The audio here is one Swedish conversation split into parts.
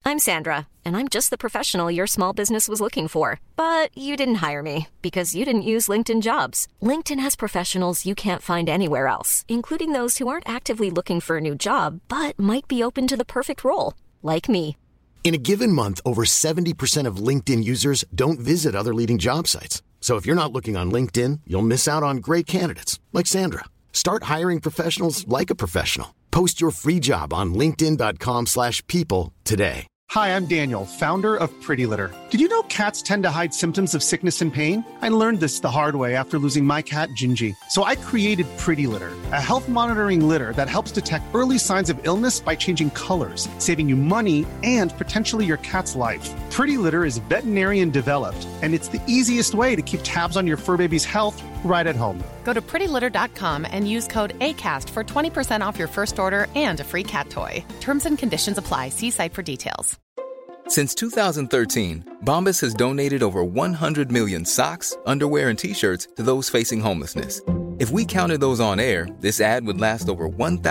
I'm Sandra, and I'm just the professional your small business was looking for. But you didn't hire me because you didn't use LinkedIn Jobs. LinkedIn has professionals you can't find anywhere else, including those who aren't actively looking for a new job, but might be open to the perfect role, like me. In a given month, over 70% of LinkedIn users don't visit other leading job sites. So if you're not looking on LinkedIn, you'll miss out on great candidates like Sandra. Start hiring professionals like a professional. Post your free job on linkedin.com/people today. Hi, I'm Daniel, founder of Pretty Litter. Did you know cats tend to hide symptoms of sickness and pain? I learned this the hard way after losing my cat, Gingy. So I created Pretty Litter, a health monitoring litter that helps detect early signs of illness by changing colors, saving you money and potentially your cat's life. Pretty Litter is veterinarian developed, and it's the easiest way to keep tabs on your fur baby's health right at home. Go to prettylitter.com and use code ACAST for 20% off your first order and a free cat toy. Terms and conditions apply. See site for details. Since 2013, Bombas has donated over 100 million socks, underwear, and T-shirts to those facing homelessness. If we counted those on air, this ad would last over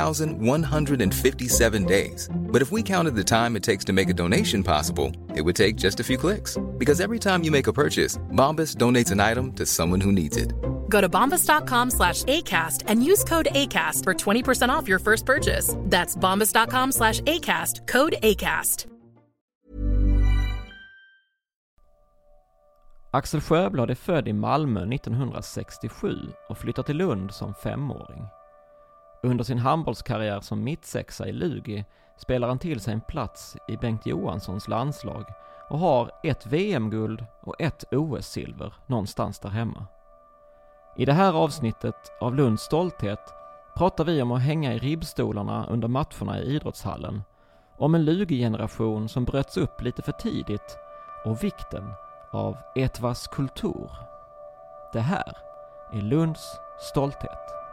1,157 days. But if we counted the time it takes to make a donation possible, it would take just a few clicks. Because every time you make a purchase, Bombas donates an item to someone who needs it. Go to bombas.com/ACAST and use code ACAST for 20% off your first purchase. That's bombas.com/ACAST, code ACAST. Axel Sjöblad är född i Malmö 1967 och flyttar till Lund som 5-åring. Under sin handbollskarriär som mittsexa i Lugi spelar han till sig en plats i Bengt Johanssons landslag och har ett VM-guld och ett OS-silver någonstans där hemma. I det här avsnittet av Lunds stolthet pratar vi om att hänga i ribbstolarna under matcherna i idrottshallen, om en Lugi-generation som bröts upp lite för tidigt och vikten av Etvas kultur. Det här är Lunds stolthet.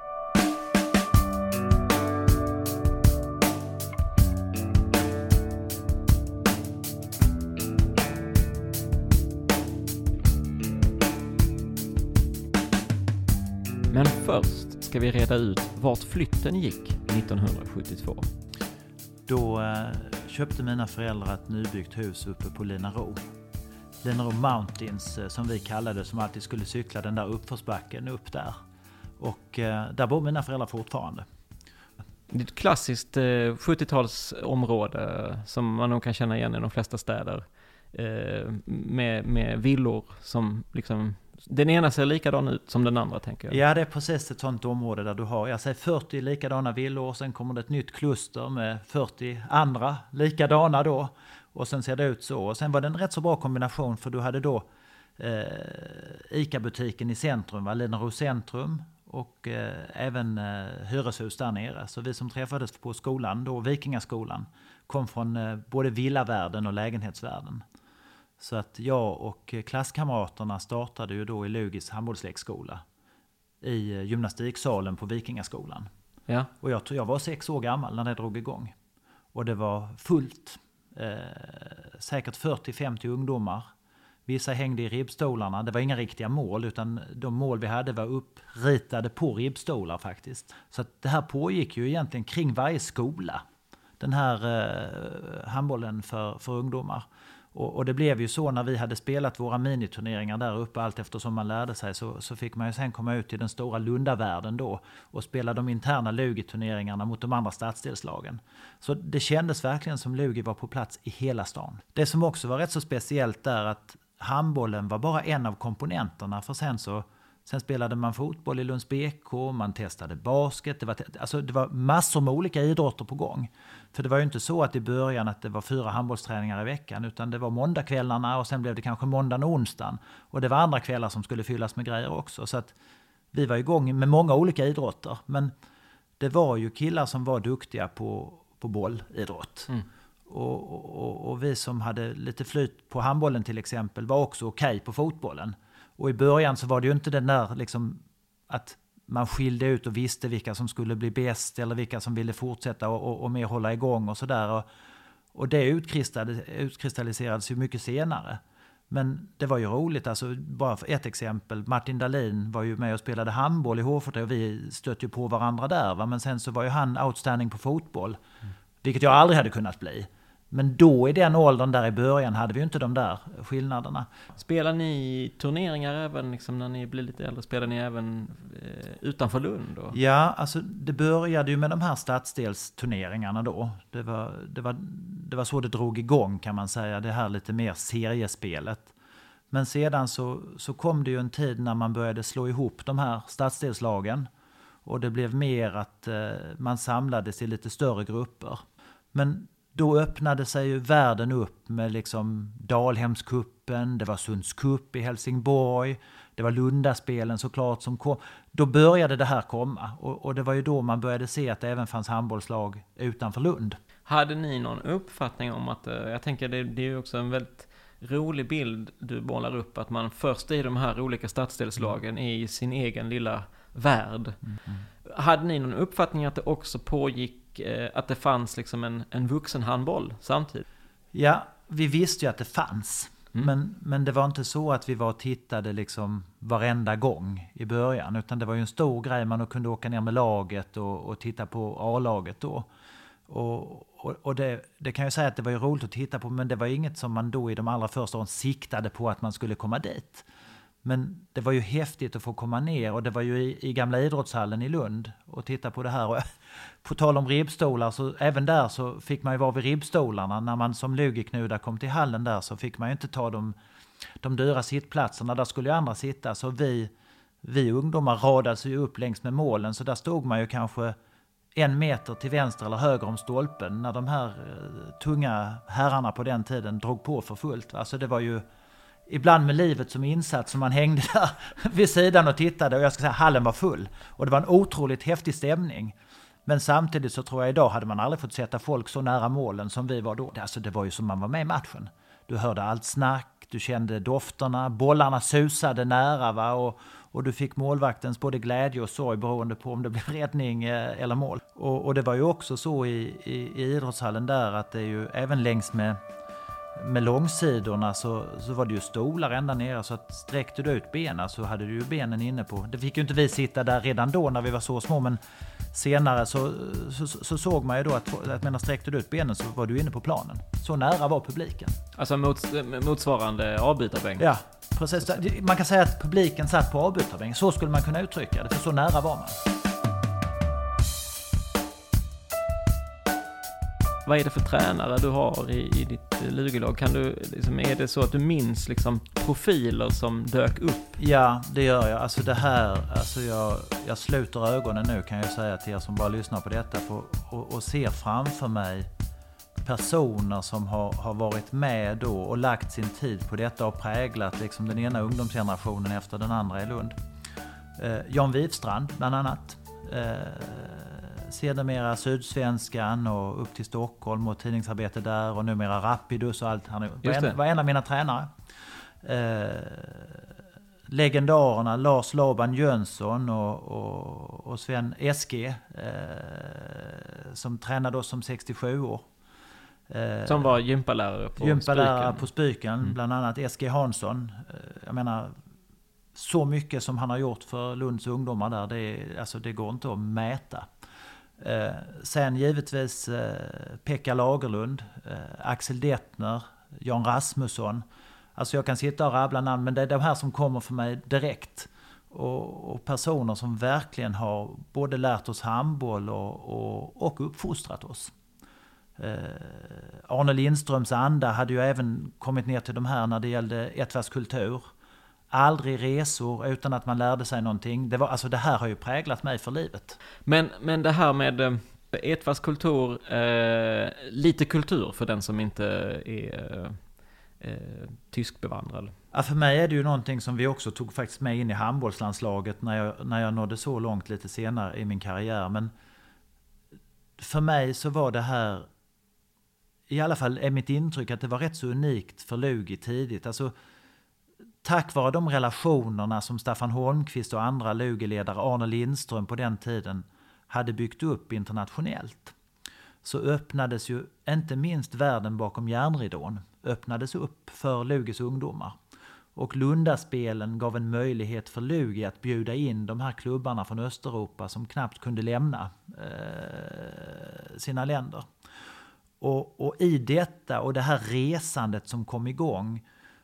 Men först ska vi reda ut vart flytten gick 1972. Då köpte mina föräldrar ett nybyggt hus uppe på Linaro. Linaro Mountains som vi kallade, som alltid skulle cykla den där uppförsbacken upp där. Och där bor mina föräldrar fortfarande. Det är ett klassiskt 70-talsområde som man nog kan känna igen i de flesta städer. Med villor som liksom... Den ena ser likadan ut som den andra, tänker jag. Ja, det är precis ett sånt område där du har, jag säger 40 likadana villor, och sen kommer det ett nytt kluster med 40 andra likadana då. Och sen ser det ut så. Och sen var det en rätt så bra kombination, för du hade då ICA-butiken i centrum, Linaro centrum, och även hyreshus där nere. Så vi som träffades på skolan, då Vikingaskolan, kom från både villavärlden och lägenhetsvärlden. Så att jag och klasskamraterna startade ju då i Lugis handbollslekskola i gymnastiksalen på Vikingaskolan. Ja. Och jag var 6 år gammal när det drog igång. Och det var fullt. Säkert 40-50 ungdomar. Vissa hängde i ribbstolarna. Det var inga riktiga mål, utan de mål vi hade var uppritade på ribbstolar faktiskt. Så att det här pågick ju egentligen kring varje skola. Den här handbollen för ungdomar. Och det blev ju så när vi hade spelat våra miniturneringar där uppe, allt eftersom man lärde sig, så fick man ju sen komma ut i den stora Lundavärlden då och spela de interna Lugi-turneringarna mot de andra stadsdelslagen. Så det kändes verkligen som Lugi var på plats i hela stan. Det som också var rätt så speciellt där, att handbollen var bara en av komponenterna, för sen spelade man fotboll i Lunds BK, man testade basket, det var massor med olika idrotter på gång. För det var ju inte så att i början att det var 4 handbollsträningar i veckan, utan det var måndagskvällarna och sen blev det kanske måndagen och onsdagen. Och det var andra kvällar som skulle fyllas med grejer också. Så att vi var igång med många olika idrotter. Men det var ju killar som var duktiga på bollidrott. Mm. Och vi som hade lite flyt på handbollen till exempel var också okej på fotbollen. Och i början så var det ju inte den där liksom att man skilde ut och visste vilka som skulle bli bäst eller vilka som ville fortsätta och mer hålla igång och sådär. Och det utkristalliserades ju mycket senare. Men det var ju roligt, alltså bara för ett exempel. Martin Dahlin var ju med och spelade handboll i H40 och vi stötte ju på varandra där. Va? Men sen så var ju han outstanding på fotboll. Vilket jag aldrig hade kunnat bli. Men då i den åldern där i början hade vi ju inte de där skillnaderna. Spelar ni turneringar även liksom när ni blir lite äldre? Spelar ni även utanför Lund då? Ja, alltså det började ju med de här stadsdelsturneringarna då. Det var så det drog igång kan man säga. Det här lite mer seriespelet. Men sedan så kom det ju en tid när man började slå ihop de här stadsdelslagen. Och det blev mer att man samlades i lite större grupper. Men då öppnade sig ju världen upp med liksom Dalhemskuppen, det var Sundscup i Helsingborg, det var Lundaspelen såklart som kom. Då började det här komma och det var ju då man började se att det även fanns handbollslag utanför Lund. Hade ni någon uppfattning om att, jag tänker det är ju också en väldigt rolig bild du bollar upp, att man först i de här olika stadsdelslagen är i sin egen lilla värld. Hade ni någon uppfattning att det också pågick, att det fanns liksom en vuxen handboll samtidigt? Ja, vi visste ju att det fanns. Men det var inte så att vi var och tittade liksom varenda gång i början. Utan det var ju en stor grej, man kunde åka ner med laget och titta på A-laget då. Och det kan jag säga att det var ju roligt att titta på, men det var inget som man då i de allra första åren siktade på att man skulle komma dit. Men det var ju häftigt att få komma ner, och det var ju i gamla idrottshallen i Lund och titta på det här. Och på tal om ribbstolar, så även där så fick man ju vara vid ribbstolarna. När man som lugiknuda kom till hallen där så fick man ju inte ta de dyra sittplatserna. Där skulle ju andra sitta, så vi ungdomar radade sig upp längs med målen, så där stod man ju kanske 1 meter till vänster eller höger om stolpen när de här tunga herrarna på den tiden drog på för fullt. Alltså det var ju ibland med livet som insats som man hängde där vid sidan och tittade, och jag ska säga hallen var full. Och det var en otroligt häftig stämning. Men samtidigt så tror jag idag hade man aldrig fått sätta folk så nära målen som vi var då. Alltså det var ju som man var med i matchen. Du hörde allt snack, du kände dofterna, bollarna susade nära va, och du fick målvaktens både glädje och sorg beroende på om det blev räddning eller mål. Och det var ju också så i idrottshallen där att det är ju även längs med långsidorna så var det ju stolar ända nere, så att sträckte du ut benen så hade du ju benen inne på. Det fick ju inte vi sitta där redan då när vi var så små, men senare så såg man ju då att medan sträckte du ut benen så var du inne på planen. Så nära var publiken. Alltså motsvarande avbytarbänk? Ja, precis. Man kan säga att publiken satt på avbytarbänk. Så skulle man kunna uttrycka det, för så nära var man. Vad är det för tränare du har i ditt lugelag? Är det så att du minns liksom profiler som dök upp? Ja, det gör jag. Alltså det här, jag sluter ögonen nu kan jag säga till er som bara lyssnar på detta och ser framför mig personer som har varit med då och lagt sin tid på detta och präglat liksom den ena ungdomsgenerationen efter den andra i Lund. Jan Wivstrand bland annat. Sedermera Sydsvenskan och upp till Stockholm och tidningsarbete där, och numera Rapidus och allt. Han var en av mina tränare. Legendarerna Lars Laban Jönsson och Sven SG som tränade oss som 67 år. Som var gympalärare på Spyken. Bland annat SG Hansson. Jag menar, så mycket som han har gjort för Lunds ungdomar där, det går inte att mäta. Sen givetvis Pekka Lagerlund, Axel Dettner, Jan Rasmusson. Alltså jag kan sitta och rabbla namn, men det är de här som kommer för mig direkt. Och personer som verkligen har både lärt oss handboll och uppfostrat oss. Arne Lindströms anda hade ju även kommit ner till de här när det gällde Ettvas kultur. Aldrig resor utan att man lärde sig någonting. Det här har ju präglat mig för livet. Men det här med Ettvas kultur, lite kultur för den som inte är tyskbevandrad. Ja, för mig är det ju någonting som vi också tog faktiskt med in i handbollslandslaget när jag nådde så långt lite senare i min karriär. Men för mig så var det här, i alla fall är mitt intryck att det var rätt så unikt för Lugi tidigt. Alltså tack vare de relationerna som Staffan Holmqvist och andra Lugi-ledare, Arne Lindström på den tiden, hade byggt upp internationellt, så öppnades ju inte minst världen bakom järnridån öppnades upp för Lugis ungdomar. Och Lundaspelen gav en möjlighet för Lugi att bjuda in de här klubbarna från Östeuropa som knappt kunde lämna sina länder. Och i detta och det här resandet som kom igång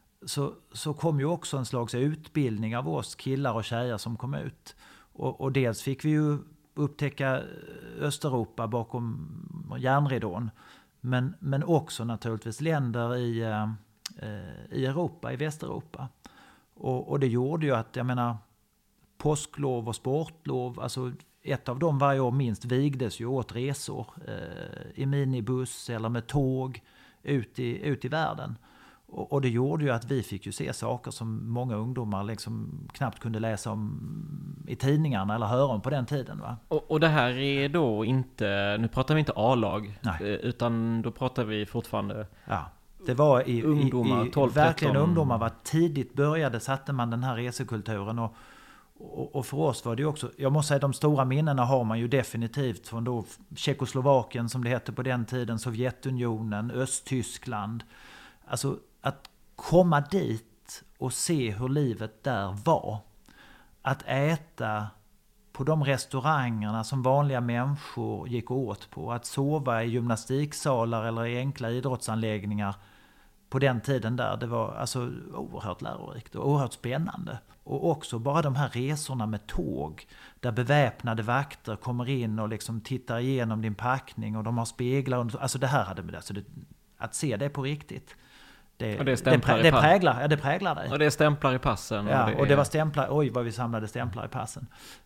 så kom ju också en slags utbildning av oss killar och tjejer som kom ut. Och dels fick vi ju upptäcka Östeuropa bakom järnridån. Men också naturligtvis länder i Europa, i Västeuropa. Och det gjorde ju att, jag menar, påsklov och sportlov, alltså ett av dem varje år minst vigdes ju åt resor i minibuss eller med tåg ut i världen. Och det gjorde ju att vi fick ju se saker som många ungdomar liksom knappt kunde läsa om i tidningarna eller höra om på den tiden. Va? Och det här är då inte, nu pratar vi inte A-lag, utan då pratar vi fortfarande... Ja. Det var ungdomar, 12, verkligen 13. ungdomar var tidigt satte man den här resekulturen och för oss var det också, jag måste säga de stora minnena har man ju definitivt från då Tjeckoslovakien som det hette på den tiden, Sovjetunionen, Östtyskland. Alltså att komma dit och se hur livet där var. Att äta på de restaurangerna som vanliga människor gick åt på. Att sova i gymnastiksalar eller i enkla idrottsanläggningar på den tiden där. Det var alltså oerhört lärorikt och oerhört spännande. Och också bara de här resorna med tåg. Där beväpnade vakter kommer in och liksom tittar igenom din packning. Och de har speglar. Alltså det här hade med det. Att se det på riktigt. Det präglar dig. Och det är stämplar i passen. Ja, och det var stämplar. Oj, vad vi samlade stämplar i passen.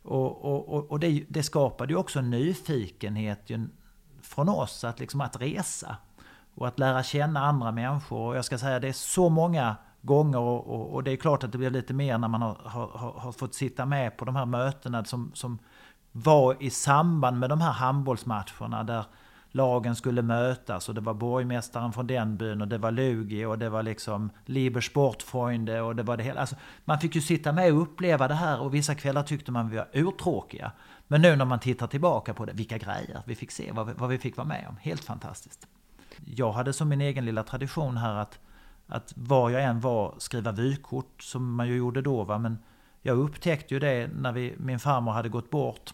Och det skapade ju också en nyfikenhet från oss att resa. Och att lära känna andra människor. Och jag ska säga, det är så många gånger. Och det är klart att det blir lite mer när man har fått sitta med på de här mötena som var i samband med de här handbollsmatcherna där lagen skulle mötas och det var borgmästaren från den byn och det var Lugi och det var liksom Liber Sportfreunde och det var det hela. Alltså, man fick ju sitta med och uppleva det här och vissa kvällar tyckte man vi var urtråkiga. Men nu när man tittar tillbaka på det, vilka grejer vi fick se, vad vi fick vara med om. Helt fantastiskt. Jag hade som min egen lilla tradition här att var jag än var skriva vykort som man ju gjorde då. Va? Men jag upptäckte ju det när min farmor hade gått bort.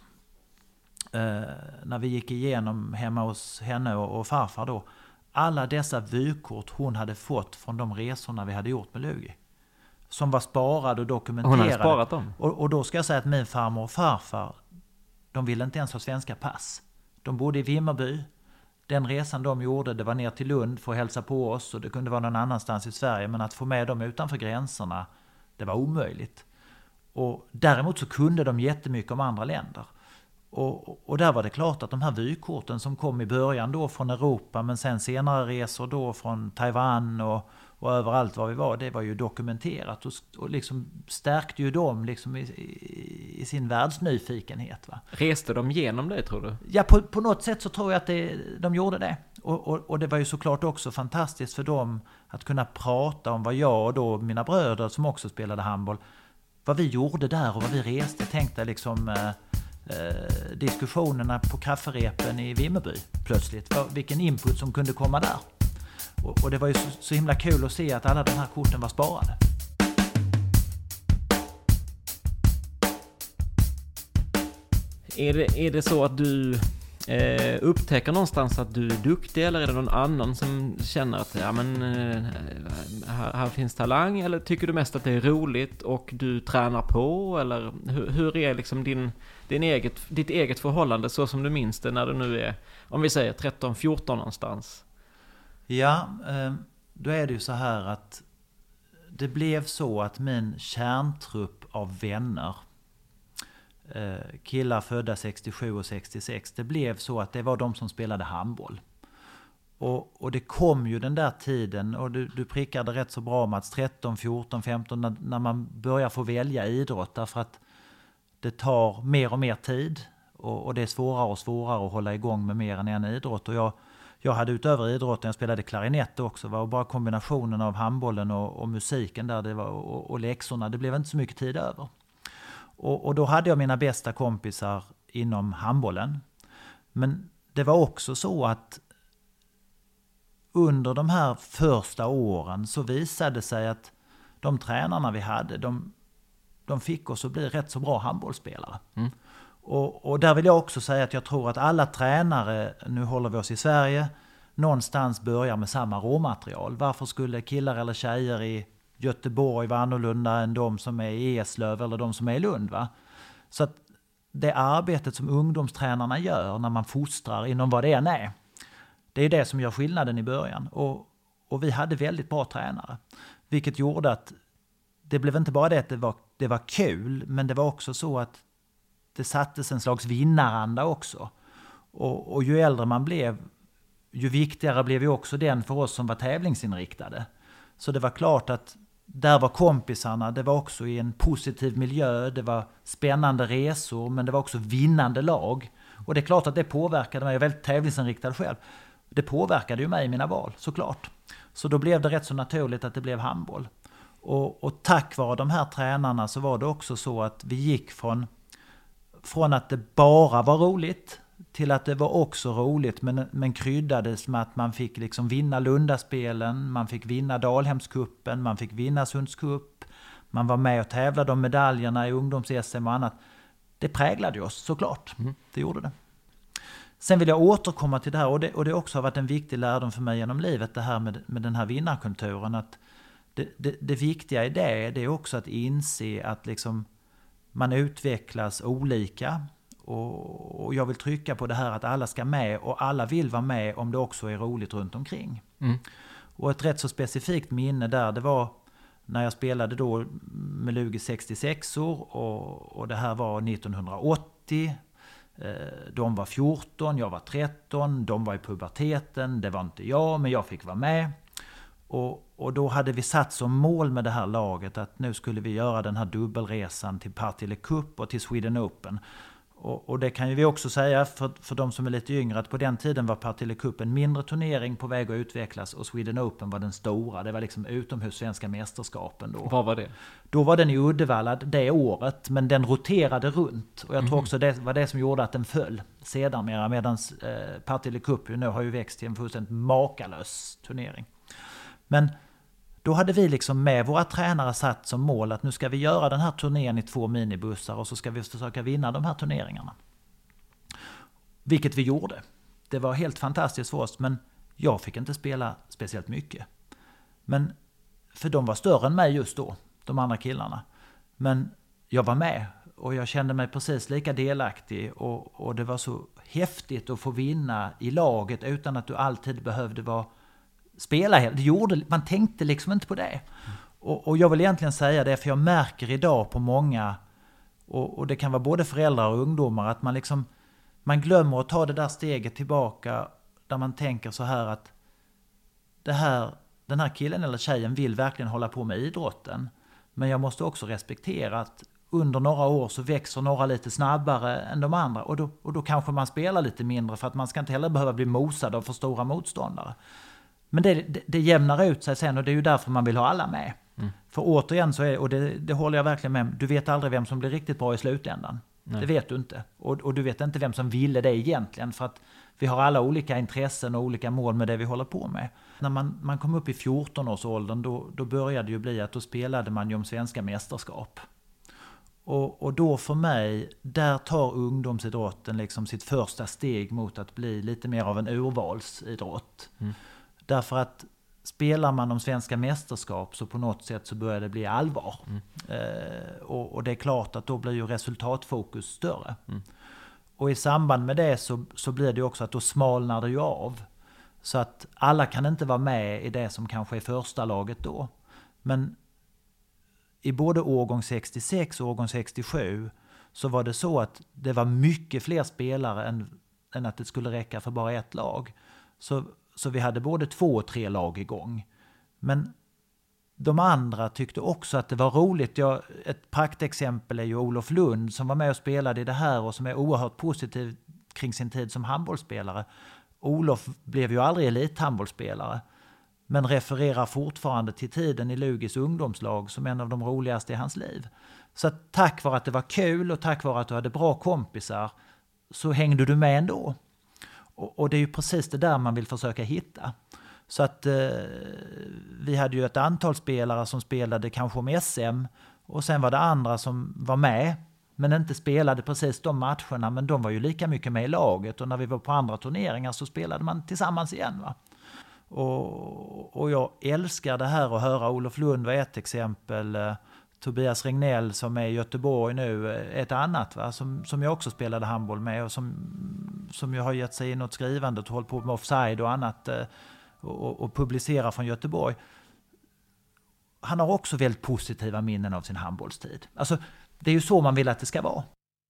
När vi gick igenom hemma hos henne och farfar då. Alla dessa vykort hon hade fått från de resorna vi hade gjort med Lugi. Som var sparade och dokumenterade. Hon hade sparat dem. Och då ska jag säga att min farmor och farfar, de ville inte ens ha svenska pass. De bodde i Vimmerby. Den resan de gjorde, det var ner till Lund för att hälsa på oss. Och det kunde vara någon annanstans i Sverige. Men att få med dem utanför gränserna, det var omöjligt. Och däremot så kunde de jättemycket om andra länder. Och där var det klart att de här vykorten som kom i början då från Europa men sen senare resor då från Taiwan och överallt var vi var, det var ju dokumenterat och liksom stärkte ju dem liksom i sin världsnyfikenhet. Va? Reste de genom det, tror du? Ja, på något sätt så tror jag att de gjorde det. Och det var ju såklart också fantastiskt för dem att kunna prata om vad jag och då mina bröder som också spelade handboll, vad vi gjorde där och vad vi reste. Tänkte liksom diskussionerna på kafferepen i Vimmerby plötsligt. Vilken input som kunde komma där. Och det var ju så himla kul att se att alla de här korten var sparade. Är det så att du upptäcker någonstans att du är duktig, eller är det någon annan som känner att här finns talang, eller tycker du mest att det är roligt och du tränar på, eller hur är liksom ditt eget förhållande så som du minns det när du nu är, om vi säger 13-14 någonstans? Ja, då är det ju så här att det blev så att min kärntrupp av vänner, killar födda 67 och 66, det blev så att det var de som spelade handboll. Och det kom ju den där tiden, och du prickade rätt så bra, Mats, 13, 14, 15, när man börjar få välja idrott, därför att det tar mer och mer tid och det är svårare och svårare att hålla igång med mer än en idrott. Och jag hade utöver idrotten, jag spelade klarinett också, och bara kombinationen av handbollen och musiken där det var, och läxorna, det blev inte så mycket tid över. Och då hade jag mina bästa kompisar inom handbollen. Men det var också så att under de här första åren så visade det sig att de tränarna vi hade, de fick oss att bli rätt så bra handbollsspelare. Mm. Och där vill jag också säga att jag tror att alla tränare, nu håller vi oss i Sverige, någonstans börjar med samma råmaterial. Varför skulle killar eller tjejer i Göteborg vara annorlunda än de som är i Eslöv eller de som är i Lund? Va? Så att det arbetet som ungdomstränarna gör när man fostrar inom vad det än är, det är det som gör skillnaden i början. Och vi hade väldigt bra tränare. Vilket gjorde att det blev inte bara det att det var kul, men det var också så att det sattes en slags vinnaranda också. Och ju äldre man blev, ju viktigare blev ju också den för oss som var tävlingsinriktade. Så det var klart att där var kompisarna, det var också i en positiv miljö, det var spännande resor, men det var också vinnande lag. Och det är klart att det påverkade mig, jag är väldigt tävlingsinriktad själv. Det påverkade ju mig i mina val, såklart. Så då blev det rätt så naturligt att det blev handboll. Och tack vare de här tränarna så var det också så att vi gick från att det bara var roligt till att det var också roligt, men kryddades med att man fick liksom vinna Lundaspelen, man fick vinna Dalhemskuppen, man fick vinna Sundscup, man var med och tävlade om medaljerna i ungdoms-SM och annat. Det präglade oss såklart, det gjorde det. Sen vill jag återkomma till det här, och det också har varit en viktig lärdom för mig genom livet, det här med den här vinnarkulturen, att det viktiga i det är också att inse att liksom man utvecklas olika. Och jag vill trycka på det här att alla ska med, och alla vill vara med om det också är roligt runt omkring. Och ett rätt så specifikt minne där, det var när jag spelade då med Lugi 66-or och det här var 1980. De var 14, jag var 13, de var i puberteten, det var inte jag, men jag fick vara med. Och då hade vi satt som mål med det här laget att nu skulle vi göra den här dubbelresan till Partille Cup och till Sweden Open. Och det kan ju vi också säga för de som är lite yngre, att på den tiden var Partille Cup en mindre turnering på väg att utvecklas, och Sweden Open var den stora. Det var liksom utomhussvenska mästerskapen då. Vad var det? Då var den i Uddevalla det året, men den roterade runt. Och jag tror också det var det som gjorde att den föll sedan, medan Partille Cup nu har ju växt till en fullständigt makalös turnering. Men då hade vi liksom med våra tränare satt som mål att nu ska vi göra den här turneringen i 2 minibussar, och så ska vi försöka vinna de här turneringarna. Vilket vi gjorde. Det var helt fantastiskt för oss, men jag fick inte spela speciellt mycket. Men för de var större än mig just då, de andra killarna. Men jag var med och jag kände mig precis lika delaktig, och det var så häftigt att få vinna i laget utan att du alltid behövde spela. Man tänkte liksom inte på det. Och jag vill egentligen säga det, för jag märker idag på många, och det kan vara både föräldrar och ungdomar, att man glömmer att ta det där steget tillbaka där man tänker så här att den här killen eller tjejen vill verkligen hålla på med idrotten, men jag måste också respektera att under några år så växer några lite snabbare än de andra, och då kanske man spelar lite mindre, för att man ska inte heller behöva bli mosad av för stora motståndare. Men det jämnar ut sig sen, och det är ju därför man vill ha alla med. För återigen så och det håller jag verkligen med, du vet aldrig vem som blir riktigt bra i slutändan. Nej. Det vet du inte. Och du vet inte vem som ville det egentligen, för att vi har alla olika intressen och olika mål med det vi håller på med. När man kom upp i 14-årsåldern, då började det ju bli att då spelade man ju om svenska mästerskap. Och då för mig, där tar ungdomsidrotten liksom sitt första steg mot att bli lite mer av en urvalsidrott. Därför att spelar man om svenska mästerskap, så på något sätt så börjar det bli allvar. Och det är klart att då blir ju resultatfokus större. Och i samband med det så blir det också att då smalnar det ju av. Så att alla kan inte vara med i det som kanske är första laget då. Men i både årgång 66 och årgång 67 så var det så att det var mycket fler spelare än att det skulle räcka för bara ett lag. Så vi hade både 2 och 3 lag igång. Men de andra tyckte också att det var roligt. Ett praktexempel är ju Olof Lund som var med och spelade i det här och som är oerhört positiv kring sin tid som handbollsspelare. Olof blev ju aldrig elithandbollsspelare, men refererar fortfarande till tiden i Lugis ungdomslag som en av de roligaste i hans liv. Så att tack vare att det var kul och tack vare att du hade bra kompisar så hängde du med ändå. Och det är ju precis det där man vill försöka hitta. Så att vi hade ju ett antal spelare som spelade kanske om SM, och sen var det andra som var med men inte spelade precis de matcherna, men de var ju lika mycket med i laget, och när vi var på andra turneringar så spelade man tillsammans igen, va. Och jag älskar det här att höra. Olof Lund var ett exempel, Tobias Regnell som är i Göteborg nu ett annat, va? Som jag också spelade handboll med, och som jag har gett sig in åt skrivandet och hållit på med offside och annat och publicera från Göteborg. Han har också väldigt positiva minnen av sin handbollstid. Alltså, det är ju så man vill att det ska vara.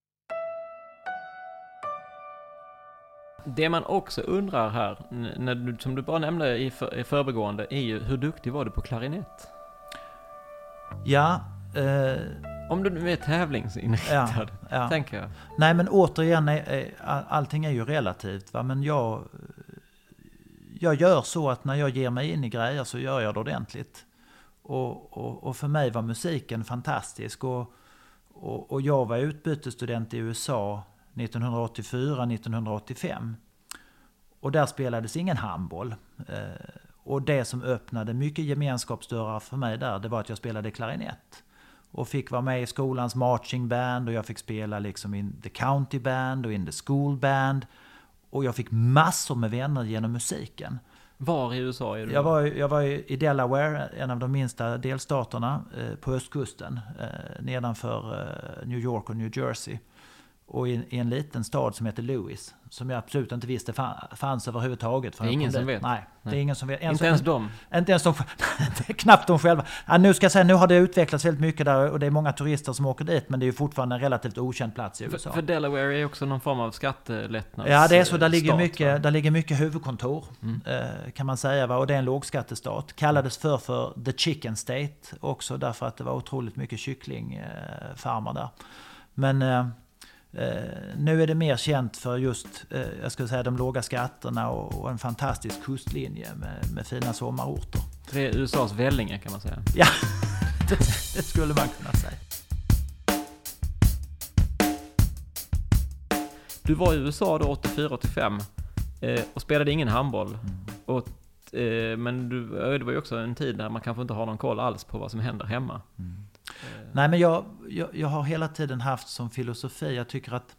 Det man också undrar här, som du bara nämnde i förbegående, är ju hur duktig var du på klarinett? Ja. Om du nu är tävlingsinriktad, tänker jag. Nej, men återigen, allting är ju relativt, va? Men jag gör så att när jag ger mig in i grejer så gör jag det ordentligt. Och för mig var musiken fantastisk. Och jag var utbytesstudent i USA 1984-1985. Och där spelades ingen handboll. Och det som öppnade mycket gemenskapsdörrar för mig där, det var att jag spelade klarinett. Och fick vara med i skolans marching band, och jag fick spela liksom in the county band och in the school band. Och jag fick massor med vänner genom musiken. Var i USA är du? Jag var i Delaware, en av de minsta delstaterna på östkusten, nedanför New York och New Jersey. Och i en liten stad som heter Lewis, som jag absolut inte visste fanns överhuvudtaget. Det är ingen som vet? Nej, det är ingen som vet. Inte ens de? Inte ens de. Det är knappt de själva. Ja, nu ska jag säga, nu har det utvecklats väldigt mycket där, och det är många turister som åker dit, men det är ju fortfarande en relativt okänd plats i USA. För Delaware är också någon form av skattelättnads. Ja, det är så. Där ligger mycket huvudkontor, kan man säga, va? Och det är en lågskattestat. Kallades för The Chicken State också, därför att det var otroligt mycket kycklingfarmar där. Men nu är det mer känt för just, jag skulle säga, de låga skatterna och en fantastisk kustlinje med fina sommarorter. Det är USAs Vellinge, kan man säga. Ja, det skulle man kunna säga. Du var i USA då 84-85 och spelade ingen handboll. Men det var ju också en tid där man kanske inte har någon koll alls på vad som händer hemma. Nej, men jag har hela tiden haft som filosofi, jag tycker att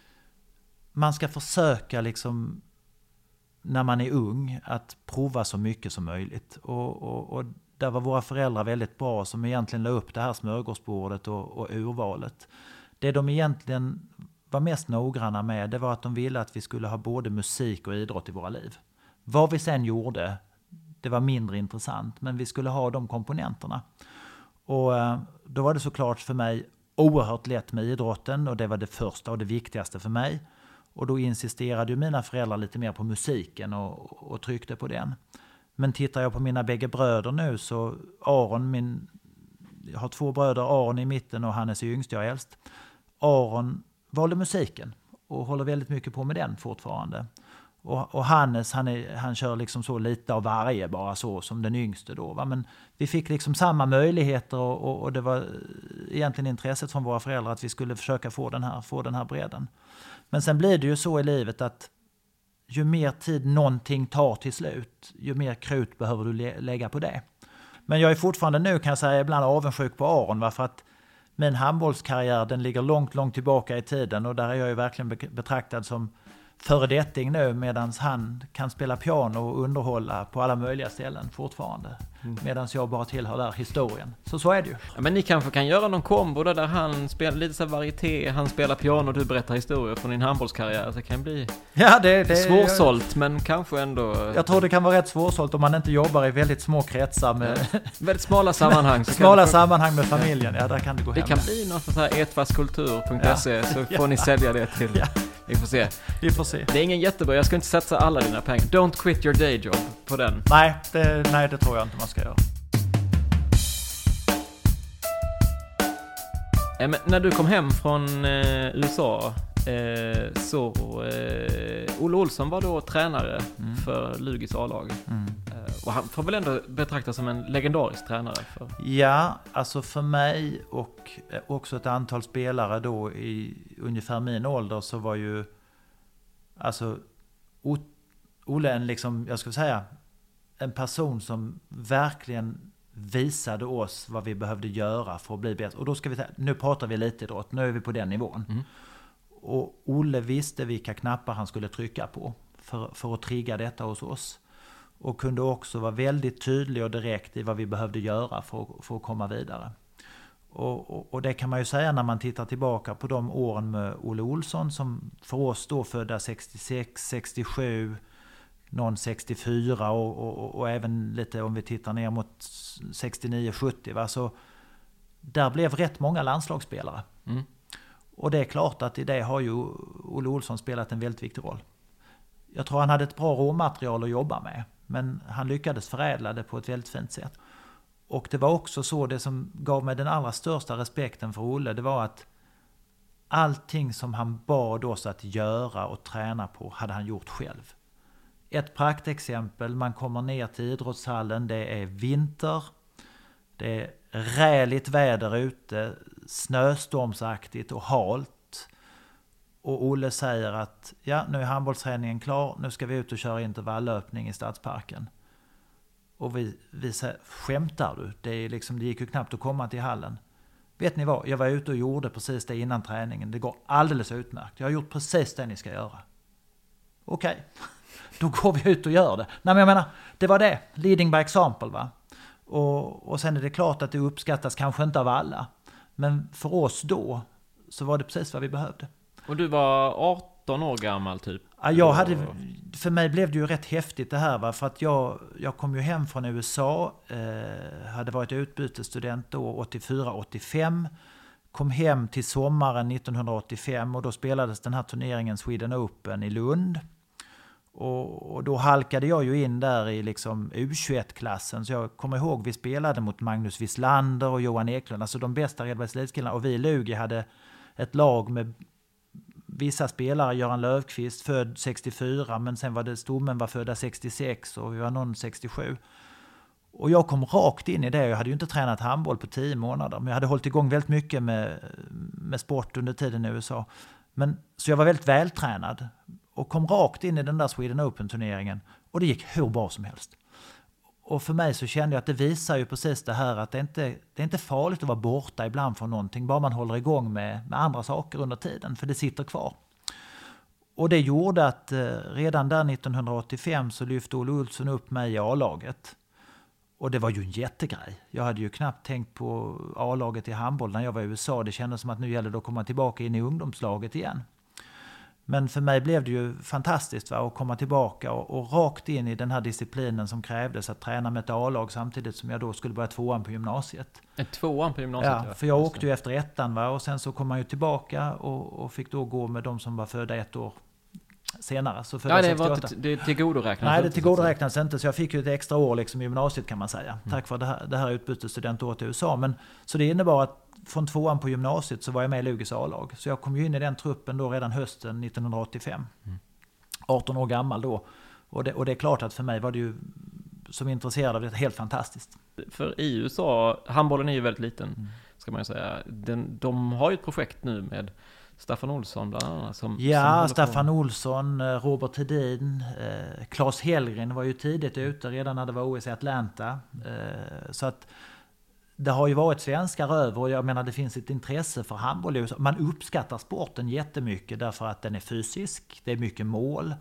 man ska försöka liksom, när man är ung, att prova så mycket som möjligt. Och där var våra föräldrar väldigt bra, som egentligen la upp det här smörgåsbordet och urvalet. Det de egentligen var mest noggranna med, det var att de ville att vi skulle ha både musik och idrott i våra liv. Vad vi sen gjorde, det var mindre intressant, men vi skulle ha de komponenterna. Och då var det såklart för mig oerhört lätt med idrotten, och det var det första och det viktigaste för mig. Och då insisterade ju mina föräldrar lite mer på musiken och tryckte på den. Men tittar jag på mina bägge bröder nu, så Aron, jag har 2 bröder, Aron i mitten och Hannes är yngst, jag är äldst. Aron valde musiken och håller väldigt mycket på med den fortfarande. Och Hannes, han kör liksom så lite av varje, bara så som den yngste då, va? Men vi fick liksom samma möjligheter, och det var egentligen intresset från våra föräldrar att vi skulle försöka få den här bredden. Men sen blir det ju så i livet att ju mer tid någonting tar till slut, ju mer krut behöver du lägga på det. Men jag är fortfarande nu, kan jag säga, ibland avundsjuk på Aron, va? För att min handbollskarriär, den ligger långt, långt tillbaka i tiden, och där är jag ju verkligen betraktad som föredetting nu, medan han kan spela piano och underhålla på alla möjliga ställen fortfarande. Medan jag bara tillhör där historien. Så är det ju. Ja, men ni kanske kan göra någon kombo där han spelar lite så varieté, han spelar piano och du berättar historier från din handbollskarriär. Det kan bli det svårsålt, men kanske ändå... Jag tror det kan vara rätt svårsålt om man inte jobbar i väldigt små kretsar med... väldigt smala sammanhang. Sammanhang med familjen, där kan det gå hem. Det kan bli något för så här etfastkultur.se, så får ni sälja det till... Ja. Vi får se. Det är ingen jättebra. Jag ska inte satsa alla dina pengar. Don't quit your day job på den. Nej, det tror jag inte man ska göra. Men när du kom hem från USA så Olle Olsson var då tränare för Lugis A-lag. Och han får väl ändå betraktas som en legendarisk tränare? Ja, alltså för mig och också ett antal spelare då i ungefär min ålder, så var ju alltså Olle en, liksom, jag skulle säga, en person som verkligen visade oss vad vi behövde göra för att bli bättre. Och då ska vi säga, nu pratar vi lite idrott, nu är vi på den nivån. Och Olle visste vilka knappar han skulle trycka på för att trigga detta hos oss. Och kunde också vara väldigt tydlig och direkt i vad vi behövde göra för att komma vidare. Och det kan man ju säga när man tittar tillbaka på de åren med Olle Olsson, som för oss då födda 66, 67, någon 64 och även lite om vi tittar ner mot 69, 70. Va? Så där blev rätt många landslagsspelare. Och det är klart att i det har ju Olle Olsson spelat en väldigt viktig roll. Jag tror han hade ett bra råmaterial att jobba med, men han lyckades förädla det på ett väldigt fint sätt. Och det var också så, det som gav mig den allra största respekten för Olle, det var att allting som han bad oss att göra och träna på hade han gjort själv. Ett praktexempel, man kommer ner till idrottshallen, det är vinter, det är räligt väder ute, snöstormsaktigt och halt. Och Olle säger att ja, nu är handbollsträningen klar, nu ska vi ut och köra intervallöpning i Stadsparken. Och vi säger, skämtar du? Det gick ju knappt att komma till hallen. Vet ni vad? Jag var ute och gjorde precis det innan träningen. Det går alldeles utmärkt. Jag har gjort precis det ni ska göra. Okej. Då går vi ut och gör det. Nej, men jag menar, det var det. Leading by example, va? Och sen är det klart att det uppskattas kanske inte av alla. Men för oss då så var det precis vad vi behövde. Och du var 18 år gammal typ? Ja, för mig blev det ju rätt häftigt det här. Va? För att jag kom ju hem från USA, hade varit utbytesstudent då 84-85. Kom hem till sommaren 1985 och då spelades den här turneringen Sweden Open i Lund. Och då halkade jag ju in där i liksom U21-klassen. Så jag kommer ihåg vi spelade mot Magnus Wislander och Johan Eklund. Alltså de bästa Redbergslidskillarna. Och vi i Lugi hade ett lag med vissa spelare. Göran Löfqvist född 64. Men sen var det Stommen var födda 66 och vi var någon 67. Och jag kom rakt in i det. Jag hade ju inte tränat handboll på 10 månader. Men jag hade hållit igång väldigt mycket med sport under tiden i USA. Så jag var väldigt vältränad. Och kom rakt in i den där Sweden Open-turneringen. Och det gick hur bra som helst. Och för mig så kände jag att det visar ju precis det här att det är inte farligt att vara borta ibland från någonting. Bara man håller igång med andra saker under tiden. För det sitter kvar. Och det gjorde att redan där 1985 så lyfte Olle Olsson upp mig i A-laget. Och det var ju en jättegrej. Jag hade ju knappt tänkt på A-laget i handboll när jag var i USA. Det kändes som att nu gäller det att komma tillbaka in i ungdomslaget igen. Men för mig blev det ju fantastiskt att komma tillbaka och rakt in i den här disciplinen som krävdes att träna med ett A-lag samtidigt som jag då skulle börja 2:an på gymnasiet. Tvåan på gymnasiet? Ja, för jag åkte ju efter 1:an och sen så kom man ju tillbaka och fick då gå med de som var födda 1 år senare. Så ja, det tillgodoräknas. Nej, det tillgodoräknas inte. Så jag fick ju ett extra år liksom i gymnasiet kan man säga. Tack vare det här utbytesstudentåret i USA. Men, så det innebar att från 2:an på gymnasiet så var jag med i Lugis A-lag. Så jag kom ju in i den truppen då redan hösten 1985. 18 år gammal då. Och det är klart att för mig var det ju som intresserad av det helt fantastiskt. För i USA, handbollen är ju väldigt liten ska man ju säga. De har ju ett projekt nu med Staffan Olsson bland annat. Som Staffan Olsson, Robert Hedin, Claes Hellgren var ju tidigt ute redan när det var OS i Atlanta. Så att det har ju varit svenskar över och jag menar det finns ett intresse för handboll i USA. Man uppskattar sporten jättemycket därför att den är fysisk, det är mycket mål,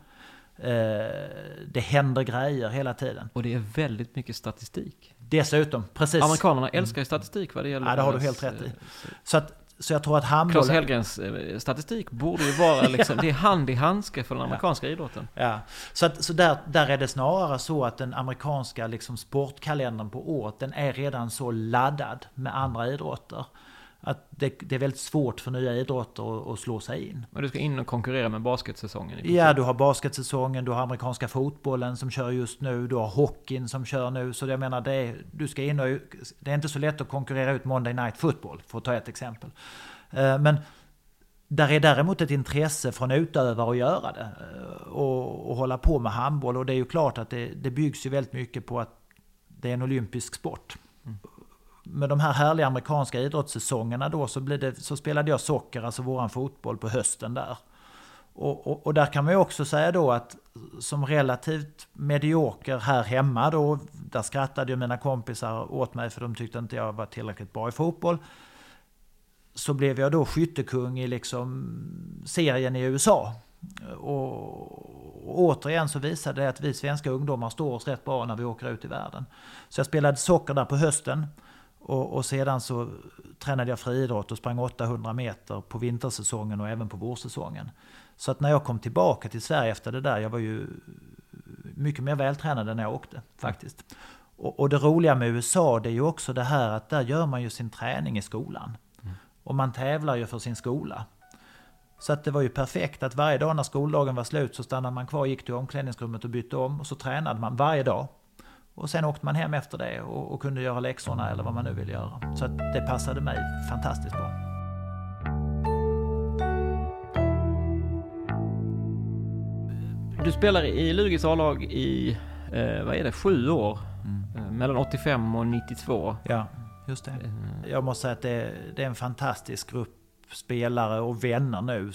det händer grejer hela tiden. Och det är väldigt mycket statistik. Dessutom, precis. Amerikanerna älskar ju statistik vad det gäller. Ja, det har du helt rätt i. Så jag tror att handboll... Claes Hellgrens statistik borde ju vara liksom, det är hand i handske för den amerikanska idrotten. Ja, så där är det snarare så att den amerikanska liksom sportkalendern på året, den är redan så laddad med andra idrotter. Att det är väldigt svårt för nya idrotter att slå sig in. Men du ska in och konkurrera med basketsäsongen? Ja, du har basketsäsongen, du har amerikanska fotbollen som kör just nu, du har hockeyn som kör nu. Så jag menar, du ska in och, det är inte så lätt att konkurrera ut Monday Night Football, för att ta ett exempel. Men där är däremot ett intresse från utövare att göra det och hålla på med handboll. Och det är ju klart att det byggs ju väldigt mycket på att det är en olympisk sport. Med de här härliga amerikanska idrottssäsongerna då så spelade jag socker, alltså våran fotboll, på hösten där. Och där kan man ju också säga då att som relativt medioker här hemma då, där skrattade ju mina kompisar åt mig för de tyckte inte jag var tillräckligt bra i fotboll. Så blev jag då skyttekung i liksom serien i USA. Och återigen så visade det att vi svenska ungdomar står oss rätt bra när vi åker ut i världen. Så jag spelade socker där på hösten. Och sedan så tränade jag friidrott och sprang 800 meter på vintersäsongen och även på vårsäsongen. Så att när jag kom tillbaka till Sverige efter det där, jag var ju mycket mer vältränad än när jag åkte faktiskt. Och det roliga med USA, det är ju också det här att där gör man ju sin träning i skolan. Och man tävlar ju för sin skola. Så att det var ju perfekt att varje dag när skoldagen var slut så stannade man kvar, gick till omklädningsrummet och bytte om. Och så tränade man varje dag. Och sen åkte man hem efter det och kunde göra läxorna eller vad man nu ville göra. Så att det passade mig fantastiskt bra. Du spelar i Lugis A-lag i, 7 år? Mellan 85 och 92. Ja, just det. Jag måste säga att det är en fantastisk grupp spelare och vänner nu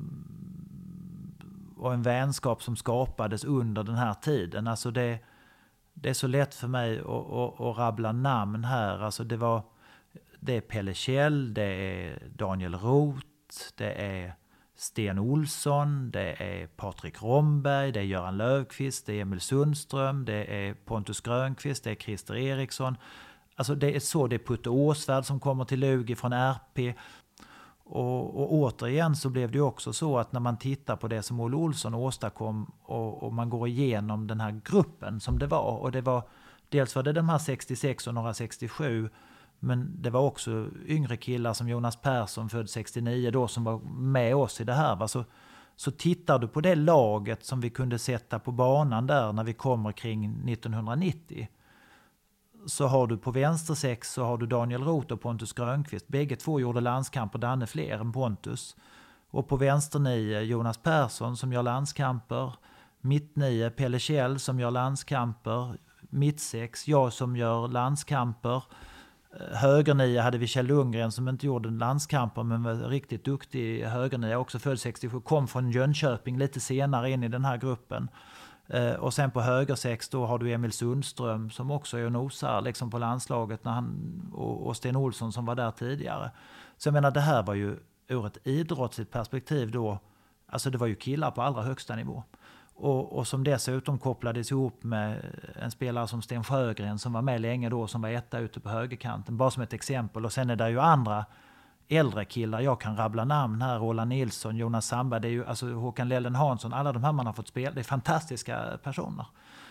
och en vänskap som skapades under den här tiden. Alltså det är så lätt för mig att rabbla namn här. Alltså det är Pelle Kjell, det är Daniel Roth, det är Sten Olsson, det är Patrik Romberg, det är Göran Löfqvist, det är Emil Sundström, det är Pontus Grönqvist, det är Christer Eriksson. Alltså det är Putte Åsvärd som kommer till Lugi från RP. Och återigen så blev det ju också så att när man tittar på det som Olle Olsson åstadkom och man går igenom den här gruppen som det var. Och det var, dels var det de här 66 och några 67, men det var också yngre killar som Jonas Persson, född 69 då, som var med oss i det här. Så tittar du på det laget som vi kunde sätta på banan där när vi kommer kring 1990. Så har du på vänster 6 så har du Daniel Roth och Pontus Grönqvist. Bägge två gjorde landskamp och Danne fler än Pontus. Och på vänster 9 Jonas Persson som gör landskamper. Mitt 9 Pelle Kjell som gör landskamper. Mitt 6 jag som gör landskamper. Höger 9 hade vi Kjell Lundgren som inte gjorde landskamper men var riktigt duktig höger 9. Också född 67. Kom från Jönköping lite senare in i den här gruppen. Och sen på höger 6 då har du Emil Sundström som också är nosar liksom på landslaget när och Sten Olsson som var där tidigare. Så jag menar det här var ju ur ett idrottsligt perspektiv då, alltså det var ju killar på allra högsta nivå. Och som dessutom kopplades ihop med en spelare som Sten Sjögren som var med länge då, som var etta ute på högerkanten, bara som ett exempel. Och sen är det ju andra äldre killar, jag kan rabbla namn här, Roland Nilsson, Jonas Samba, det är ju alltså Håkan Lellen Hansson, alla de här man har fått spela, det är fantastiska personer.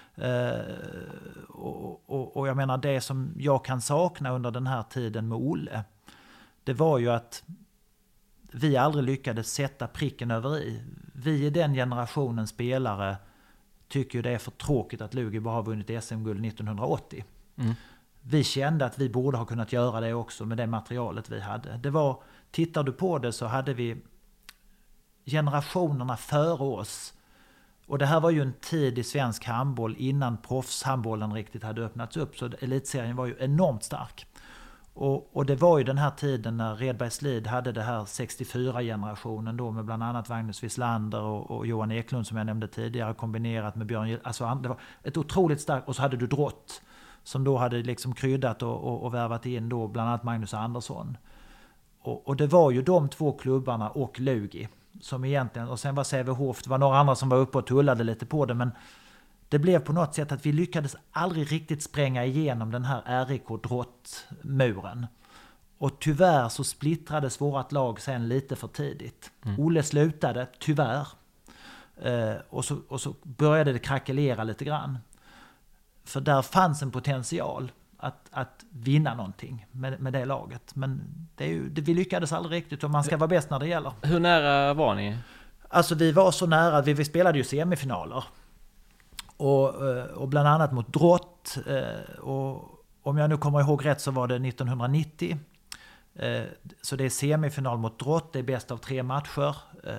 Och jag menar det som jag kan sakna under den här tiden med Olle, det var ju att vi aldrig lyckades sätta pricken över i. Vi i den generationen spelare tycker ju det är för tråkigt att Lugi bara har vunnit SM-guld 1980. Vi kände att vi borde ha kunnat göra det också med det materialet vi hade. Det var, tittar du på det så hade vi generationerna före oss. Och det här var ju en tid i svensk handboll innan proffshandbollen riktigt hade öppnats upp. Så elitserien var ju enormt stark. Och det var ju den här tiden när Redbergslid hade det här 64-generationen då med bland annat Magnus Wislander och Johan Eklund som jag nämnde tidigare kombinerat med Björn. Alltså det var ett otroligt starkt, och så hade du Drott som då hade liksom kryddat och värvat in då bland annat Magnus Andersson. Och det var ju de två klubbarna och Lugi som egentligen, och sen var Sävehof, det var några andra som var uppe och tullade lite på det, men det blev på något sätt att vi lyckades aldrig riktigt spränga igenom den här RIK-Drott-muren. Och tyvärr så splittrades vårat lag sen lite för tidigt. Olle slutade, tyvärr. Och så började det krackelera lite grann. För där fanns en potential att vinna någonting med det laget. Men vi lyckades aldrig riktigt, och man ska vara bäst när det gäller. Hur nära var ni? Alltså vi var så nära, vi spelade ju semifinaler. Och bland annat mot Drott. Och om jag nu kommer ihåg rätt så var det 1990. Så det är semifinal mot Drott, det är bäst av 3 matcher.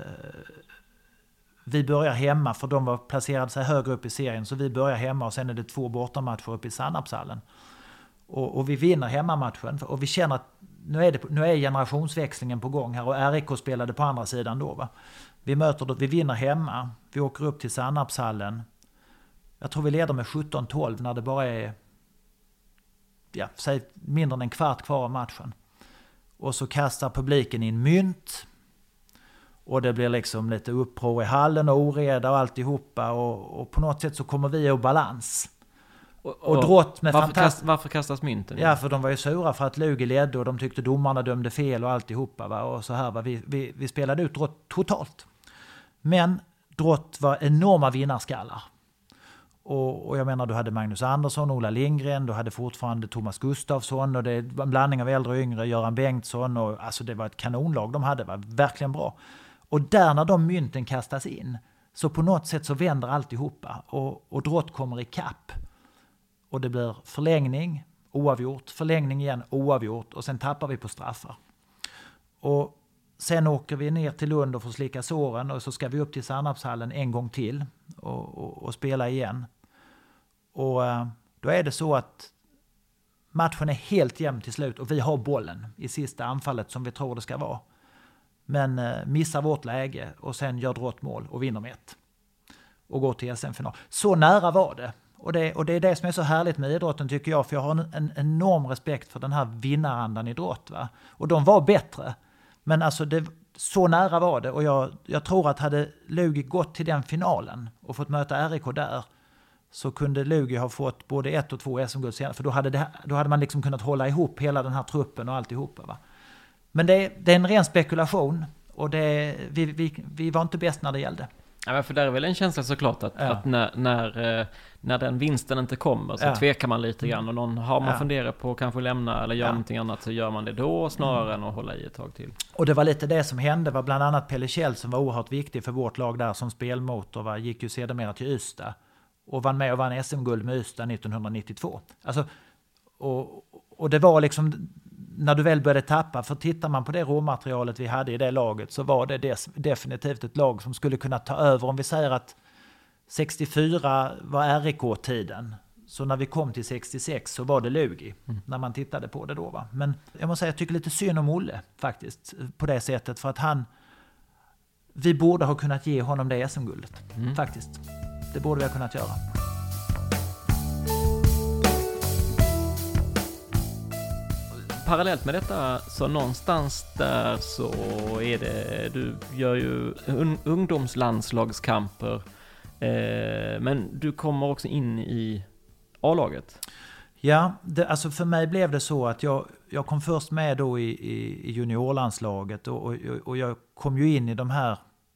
Vi börjar hemma, för de var placerade sig högre upp i serien, så vi börjar hemma och sen är det 2 bortamatcher upp i Sannapshallen. Och vi vinner hemmamatchen och vi känner att nu är generationsväxlingen på gång här och RIK spelade på andra sidan då. Va? Vi vinner hemma, vi åker upp till Sannarpshallen. Jag tror vi leder med 17-12 när det bara är säg mindre än en kvart kvar av matchen. Och så kastar publiken in mynt. Och det blir liksom lite uppror i hallen och oreda och alltihopa. Och på något sätt så kommer vi i balans. Och Drott med varför kastas mynten? Ja, för de var ju sura för att Lugi ledde och de tyckte domarna dömde fel och alltihopa. Va? Och så här, va? Vi spelade ut Drott totalt. Men Drott var enorma vinnarskallar. Och jag menar, du hade Magnus Andersson, Ola Lindgren, du hade fortfarande Thomas Gustafsson och det var en blandning av äldre och yngre, Göran Bengtsson. Och, alltså det var ett kanonlag de hade, var verkligen bra. Och där när de mynten kastas in så på något sätt så vänder alltihopa och Drott kommer i kapp. Och det blir förlängning, oavgjort, förlängning igen, oavgjort och sen tappar vi på straffar. Och sen åker vi ner till Lund och får slicka såren och så ska vi upp till Sannarpshallen en gång till och spela igen. Och då är det så att matchen är helt jämn till slut och vi har bollen i sista anfallet som vi tror det ska vara. Men missar vårt läge och sen gör Drott mål och vinner med 1. Och går till SM-final. Så nära var det. Och det är det som är så härligt med idrotten tycker jag. För jag har en enorm respekt för den här vinnarandan i Drott. Va? Och de var bättre. Men alltså så nära var det. Och jag tror att hade Lugi gått till den finalen och fått möta RIK där så kunde Lugi ha fått både 1 och 2 SM-guld senare. För då hade man liksom kunnat hålla ihop hela den här truppen och alltihopa. Va? Men det är en ren spekulation. Och vi var inte bäst när det gällde. Ja, men för där är väl en känsla såklart att när den vinsten inte kommer så tvekar man lite grann och man funderar på att kanske lämna eller göra någonting annat så gör man det då snarare än att hålla i ett tag till. Och det var lite det som hände, var bland annat Pelle Kjell som var oerhört viktig för vårt lag där som spelmotor, gick ju sedermera till Ystad och vann med och vann SM-guld med Ystad 1992. Alltså, och det var liksom när du väl började tappa, för tittar man på det råmaterialet vi hade i det laget så var det definitivt ett lag som skulle kunna ta över. Om vi säger att 64 var RIK-tiden, så när vi kom till 66 så var det Lugi, när man tittade på det då. Va? Men jag måste säga, jag tycker lite synd om Olle faktiskt, på det sättet, för att vi borde ha kunnat ge honom det SM-guldet, faktiskt. Det borde vi ha kunnat göra. Parallellt med detta så någonstans där så är det, du gör ju ungdomslandslagskamper men du kommer också in i A-laget. Ja, alltså för mig blev det så att jag kom först med då i juniorlandslaget och jag kom ju in i de här,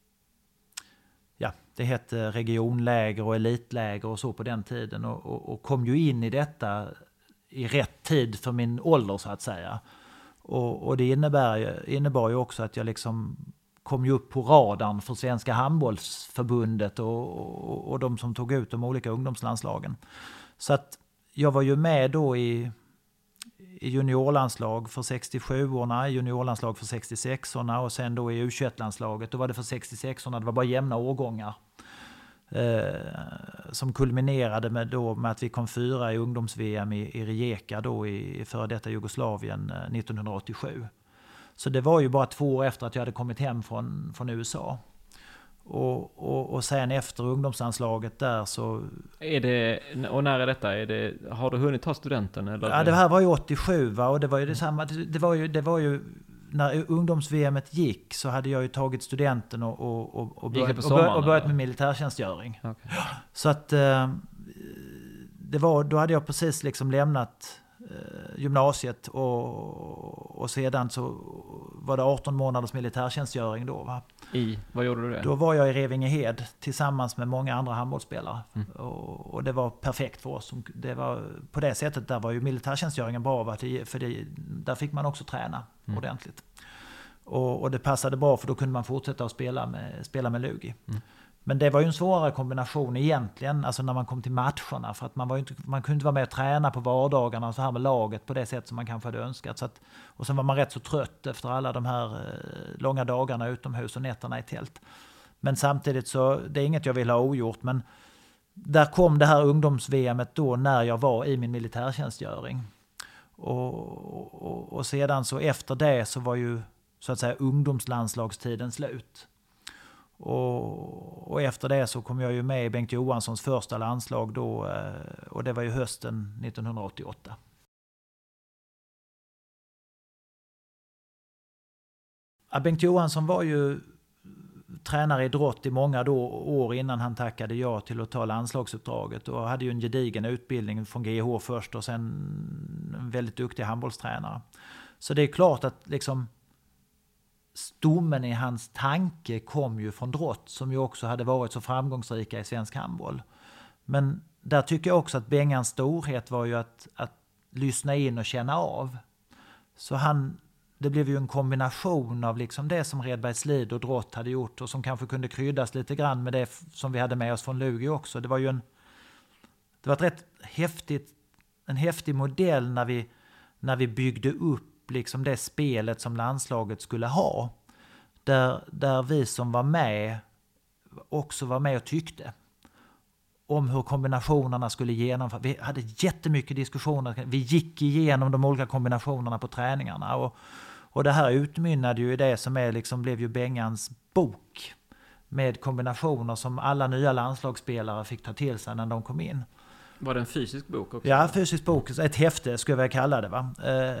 det hette regionläger och elitläger och så på den tiden och kom ju in i detta i rätt tid för min ålder så att säga. Och det innebar ju också att jag liksom kom ju upp på radarn för Svenska handbollsförbundet och de som tog ut de olika ungdomslandslagen. Så att jag var ju med då i juniorlandslag för 67-orna, juniorlandslag för 66-orna och sen då i U21-landslaget. Då var det för 66-orna, det var bara jämna årgångar. Som kulminerade med att vi kom 4 i ungdoms-VM i Rijeka då i före detta Jugoslavien 1987. Så det var ju bara 2 år efter att jag hade kommit hem från USA. Och sen efter ungdomslandslaget där så... Och när är detta? Har du hunnit ta studenten? Eller? Ja, det här var ju 87 va? Och det var ju detsamma. Det var ju när ungdoms-VMet gick så hade jag ju tagit studenten och börjat med militärtjänstgöring. Okay. Så att då hade jag precis liksom lämnat gymnasiet och sedan så var det 18 månaders militärtjänstgöring då. Va? Vad gjorde du det? Då var jag i Revingehed tillsammans med många andra handbollsspelare. Och det var perfekt för oss. Det var, på det sättet där var ju militärtjänstgöringen bra för där fick man också träna ordentligt. Och det passade bra för då kunde man fortsätta att spela med Lugi. Men det var ju en svårare kombination egentligen, alltså när man kom till matcherna, för att man kunde inte vara med och träna på vardagarna så här med laget på det sätt som man kanske hade önskat. Och sen var man rätt så trött efter alla de här långa dagarna utomhus och nätterna i tält. Men samtidigt så, det är inget jag vill ha ogjort, men där kom det här ungdoms-VMet då när jag var i min militärtjänstgöring. Och sedan så efter det så var ju så att säga ungdomslandslagstiden slut. Och efter det så kom jag ju med i Bengt Johanssons första landslag då, och det var ju hösten 1988. Ja, Bengt Johansson var ju tränare i idrott i många år innan han tackade ja till att ta landslagsuppdraget, och hade ju en gedigen utbildning från GH först och sen en väldigt duktig handbollstränare. Så det är klart att liksom stommen i hans tanke kom ju från Drott, som ju också hade varit så framgångsrika i svensk handboll. Men där tycker jag också att Bengans storhet var ju att lyssna in och känna av. Så det blev ju en kombination av liksom det som Redbergslid och Drott hade gjort, och som kanske kunde kryddas lite grann med det som vi hade med oss från Lugi också. Det var ju ett rätt en häftig modell när vi byggde upp liksom det spelet som landslaget skulle ha. Där vi som var med också var med och tyckte om hur kombinationerna skulle genomföras. Vi hade jättemycket diskussioner. Vi gick igenom de olika kombinationerna på träningarna. Och det här utmynnade ju i det som blev ju Bengans bok. Med kombinationer som alla nya landslagsspelare fick ta till sig när de kom in. Var det en fysisk bok också? Ja, fysisk bok. Ett häfte skulle jag kalla det. Va?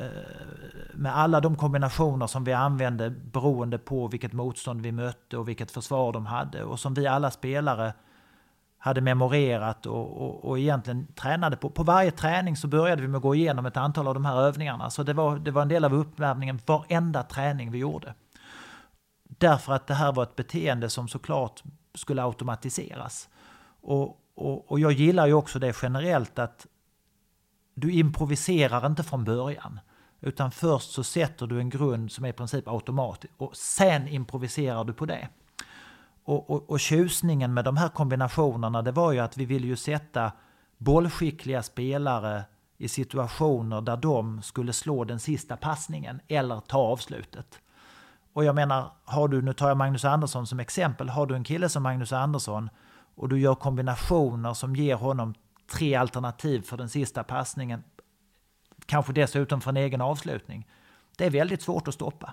Med alla de kombinationer som vi använde beroende på vilket motstånd vi mötte och vilket försvar de hade. Och som vi alla spelare hade memorerat och egentligen tränade på. På varje träning så började vi med att gå igenom ett antal av de här övningarna. Så det var en del av uppvärmningen varenda träning vi gjorde. Därför att det här var ett beteende som såklart skulle automatiseras. Och jag gillar ju också det generellt, att du improviserar inte från början. Utan först så sätter du en grund som är i princip automatisk. Och sen improviserar du på det. Och tjusningen med de här kombinationerna, det var ju att vi ville ju sätta bollskickliga spelare i situationer där de skulle slå den sista passningen eller ta avslutet. Och jag menar, nu tar jag Magnus Andersson som exempel. Har du en kille som Magnus Andersson och du gör kombinationer som ger honom 3 alternativ för den sista passningen, kanske dessutom för en egen avslutning, det är väldigt svårt att stoppa.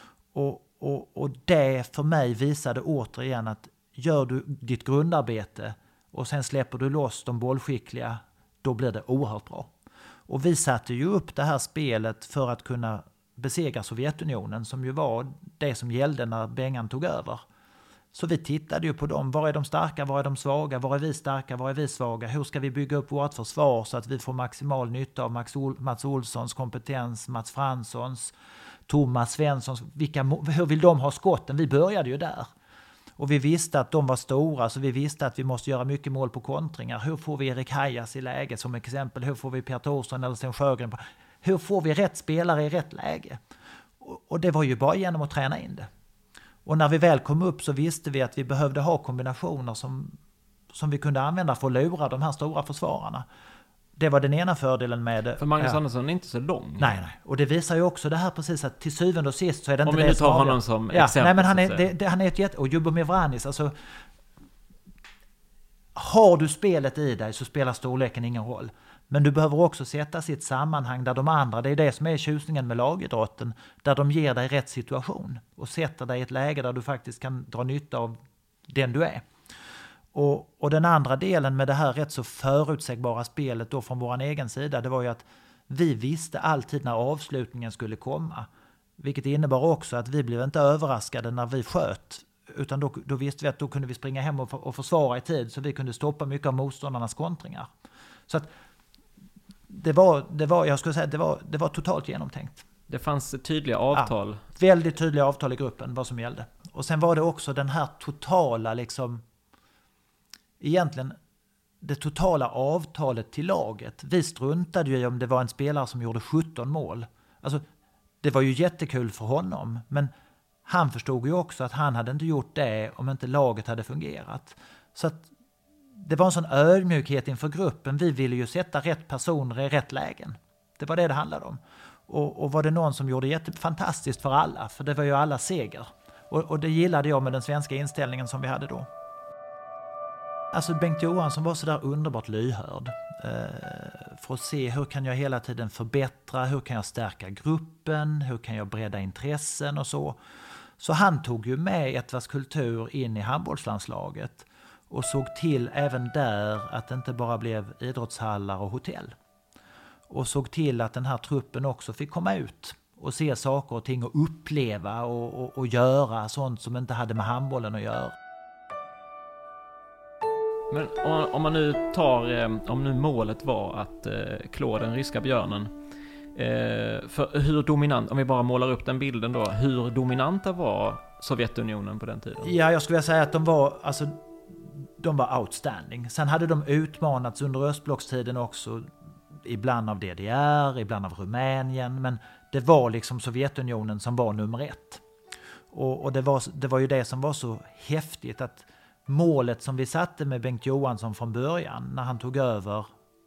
Och det för mig visade återigen att gör du ditt grundarbete och sen släpper du loss de bollskickliga, då blir det oerhört bra. Och vi satte ju upp det här spelet för att kunna besegra Sovjetunionen, som ju var det som gällde när Bengan tog över. Så vi tittade ju på dem. Var är de starka? Var är de svaga? Var är vi starka? Var är vi svaga? Hur ska vi bygga upp vårt försvar så att vi får maximal nytta av Mats Olssons kompetens, Mats Franssons, Thomas Svenssons? Hur vill de ha skotten? Vi började ju där. Och vi visste att de var stora, så vi visste att vi måste göra mycket mål på kontringar. Hur får vi Erik Hajas i läge som exempel? Hur får vi Per Thorsson eller Sten Sjögren? Hur får vi rätt spelare i rätt läge? Och det var ju bara genom att träna in det. Och när vi väl kom upp så visste vi att vi behövde ha kombinationer som vi kunde använda för att lura de här stora försvararna. Det var den ena fördelen med det. För Magnus Andersson är inte så lång. Nej. Och det visar ju också det här precis, att till syvende och sist så är det inte det. Om vi nu tar honom som exempel. Nej, men han är ett jätte... Och Ljubomir Vranis, alltså... Har du spelet i dig så spelar storleken ingen roll. Men du behöver också sätta sitt sammanhang där de andra, det är det som är tjusningen med lagidrotten, där de ger dig rätt situation och sätter dig i ett läge där du faktiskt kan dra nytta av den du är. Och den andra delen med det här rätt så förutsägbara spelet då från vår egen sida, det var ju att vi visste alltid när avslutningen skulle komma. Vilket innebar också att vi blev inte överraskade när vi sköt, utan då visste vi att då kunde vi springa hem och försvara i tid, så vi kunde stoppa mycket av motståndarnas kontringar. Så att det var totalt genomtänkt. Det fanns tydliga avtal. Ja, väldigt tydliga avtal i gruppen vad som gällde. Och sen var det också den här totala egentligen det totala avtalet till laget. Vi struntade ju om det var en spelare som gjorde 17 mål. Alltså, det var ju jättekul för honom, men han förstod ju också att han hade inte gjort det om inte laget hade fungerat. Så att det var en sån ödmjukhet inför gruppen. Vi ville ju sätta rätt personer i rätt lägen. Det var det handlade om. Och var det någon som gjorde jättefantastiskt för alla, för det var ju alla seger. Och det gillade jag med den svenska inställningen som vi hade då. Alltså Bengt Johansson var så där underbart lyhörd för att se hur kan jag hela tiden förbättra, hur kan jag stärka gruppen, hur kan jag bredda intressen och så. Så han tog ju med Ettvas kultur in i handbollslandslaget och såg till även där att det inte bara blev idrottshallar och hotell. Och såg till att den här truppen också fick komma ut och se saker och ting och uppleva och göra sånt som inte hade med handbollen att göra. Men om man nu om nu målet var att klå den ryska björnen, för hur dominant, om vi bara målar upp den bilden då, hur dominanta var Sovjetunionen på den tiden? Ja, jag skulle vilja säga att de var outstanding. Sen hade de utmanats under östblockstiden också, ibland av DDR, ibland av Rumänien, men det var liksom Sovjetunionen som var nummer 1. Och det var ju det som var så häftigt, att målet som vi satte med Bengt Johansson från början när han tog över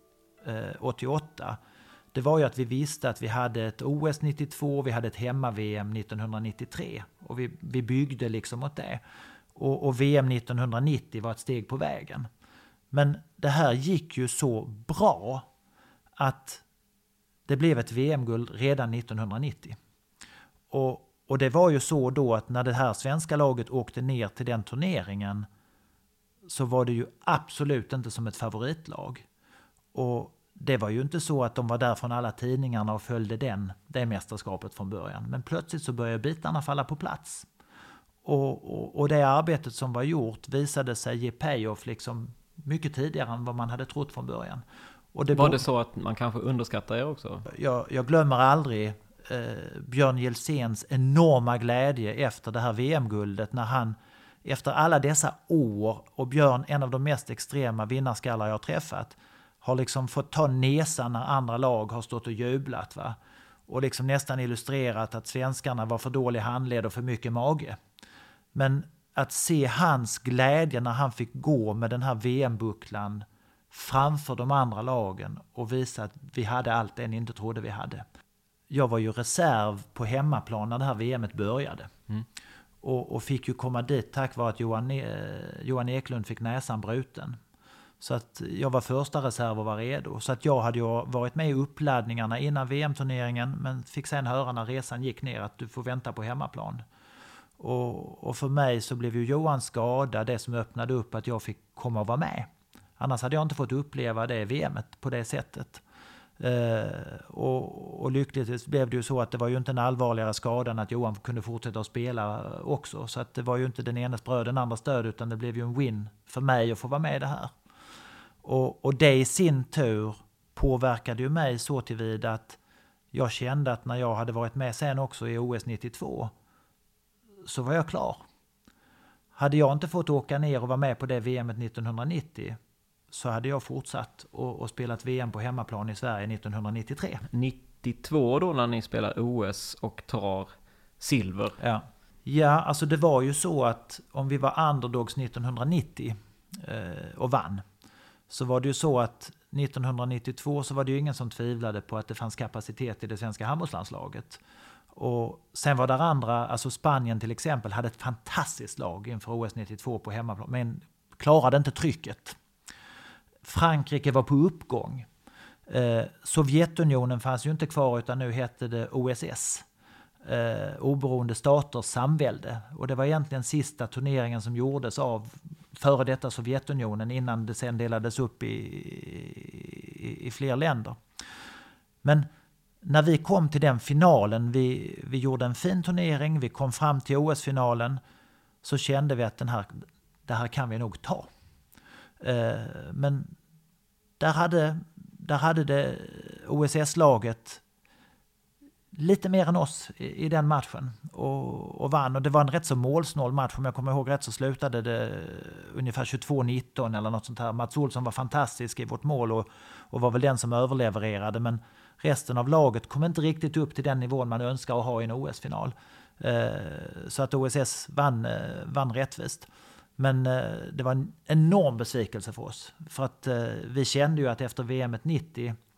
88, det var ju att vi visste att vi hade ett OS 92, vi hade ett hemma-VM 1993 och vi byggde liksom åt det. Och VM 1990 var ett steg på vägen. Men det här gick ju så bra att det blev ett VM-guld redan 1990. Och det var ju så då att när det här svenska laget åkte ner till den turneringen så var det ju absolut inte som ett favoritlag. Och det var ju inte så att de var där från alla tidningarna och följde det mästerskapet från början. Men plötsligt så började bitarna falla på plats. Och det arbetet som var gjort visade sig ge payoff liksom mycket tidigare än vad man hade trott från början. Och var det så att man kanske underskattar er också? Jag glömmer aldrig Björn Jelséns enorma glädje efter det här VM-guldet när han efter alla dessa år, och Björn, en av de mest extrema vinnarskallar jag har träffat, har liksom fått ta näsan när andra lag har stått och jublat, va? Och liksom nästan illustrerat att svenskarna var för dålig handled och för mycket mage. Men att se hans glädje när han fick gå med den här VM-bucklan framför de andra lagen och visa att vi hade allt det ni inte trodde vi hade. Jag var ju reserv på hemmaplan när det här VMet började. Och fick ju komma dit tack vare att Johan Eklund fick näsan bruten. Så att jag var första reserv och var redo. Så att jag hade ju varit med i uppladdningarna innan VM-turneringen, men fick sen höra när resan gick ner att du får vänta på hemmaplan. Och för mig så blev ju Johans skada det som öppnade upp att jag fick komma och vara med. Annars hade jag inte fått uppleva det VMet på det sättet. Och lyckligtvis blev det ju så att det var ju inte en allvarligare skada än att Johan kunde fortsätta att spela också. Så att det var ju inte den enes bröd, den andra stöd, utan det blev ju en win för mig att få vara med i det här. Och det i sin tur påverkade ju mig så tillvida att jag kände att när jag hade varit med sen också i OS 92 så var jag klar. Hade jag inte fått åka ner och vara med på det VMet 1990 så hade jag fortsatt och spelat VM på hemmaplan i Sverige 1993. 92 då när ni spelar OS och tar silver? Ja, alltså det var ju så att om vi var underdogs 1990 och vann, så var det ju så att 1992 så var det ju ingen som tvivlade på att det fanns kapacitet i det svenska handbollslandslaget. Och sen var där andra, alltså Spanien till exempel, hade ett fantastiskt lag inför OS 92 på hemmaplan, men klarade inte trycket. Frankrike var på uppgång. Sovjetunionen fanns ju inte kvar, utan nu hette det OSS. Oberoende staters samvälde. Och det var egentligen sista turneringen som gjordes av före detta Sovjetunionen innan det sen delades upp i fler länder. Men när vi kom till den finalen, vi gjorde en fin turnering, vi kom fram till OS-finalen, så kände vi att det här kan vi nog ta. Men där hade det OSS-laget lite mer än oss i den matchen och vann. Och det var en rätt så målsnål match. Om jag kommer ihåg rätt så slutade det ungefär 22-19 eller något sånt här. Mats Olsson var fantastisk i vårt mål och var väl den som överlevererade. Men resten av laget kom inte riktigt upp till den nivån man önskar att ha i en OS-final. Så att OSS vann rättvist. Men det var en enorm besvikelse för oss. För att vi kände ju att efter VM 90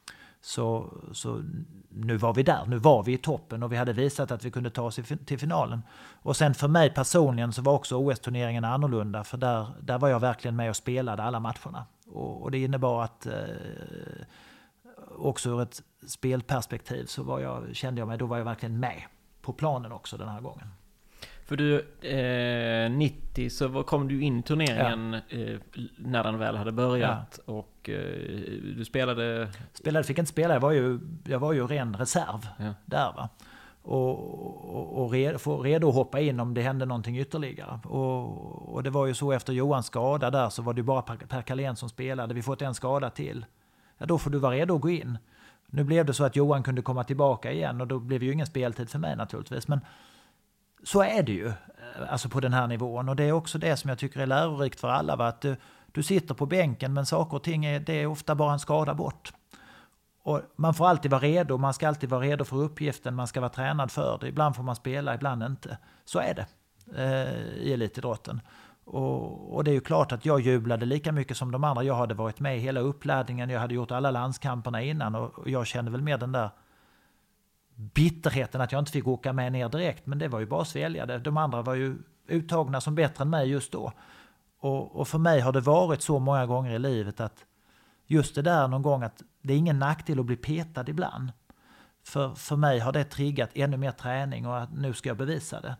Så nu var vi där, nu var vi i toppen och vi hade visat att vi kunde ta oss till finalen. Och sen för mig personligen så var också OS-turneringen annorlunda, för där var jag verkligen med och spelade alla matcherna. Och det innebar att också ur ett spelperspektiv så var jag verkligen med på planen också den här gången. För du, 90 så kom du in i turneringen när den väl hade börjat och du fick inte spela, jag var ju ren reserv där va. Och redo att hoppa in om det hände någonting ytterligare. Och det var ju så efter Johans skada där så var det bara Per Carlén som spelade. Vi fått en skada till. Ja, då får du vara redo att gå in. Nu blev det så att Johan kunde komma tillbaka igen och då blev ju ingen speltid för mig naturligtvis. Men så är det ju, alltså på den här nivån. Och det är också det som jag tycker är lärorikt för alla. Va? Att du sitter på bänken men saker och ting det är ofta bara en skada bort. Och man får alltid vara redo, man ska alltid vara redo för uppgiften, man ska vara tränad för det. Ibland får man spela, ibland inte. Så är det i elitidrotten. Och det är ju klart att jag jublade lika mycket som de andra. Jag hade varit med i hela uppladdningen, jag hade gjort alla landskamperna innan och jag kände väl mer den där bitterheten att jag inte fick åka med ner direkt, men det var ju bara att svälja det. De andra var ju uttagna som bättre än mig just då. Och för mig har det varit så många gånger i livet att just det där någon gång att det är ingen nackdel att bli petad ibland. För mig har det triggat ännu mer träning och att nu ska jag bevisa det.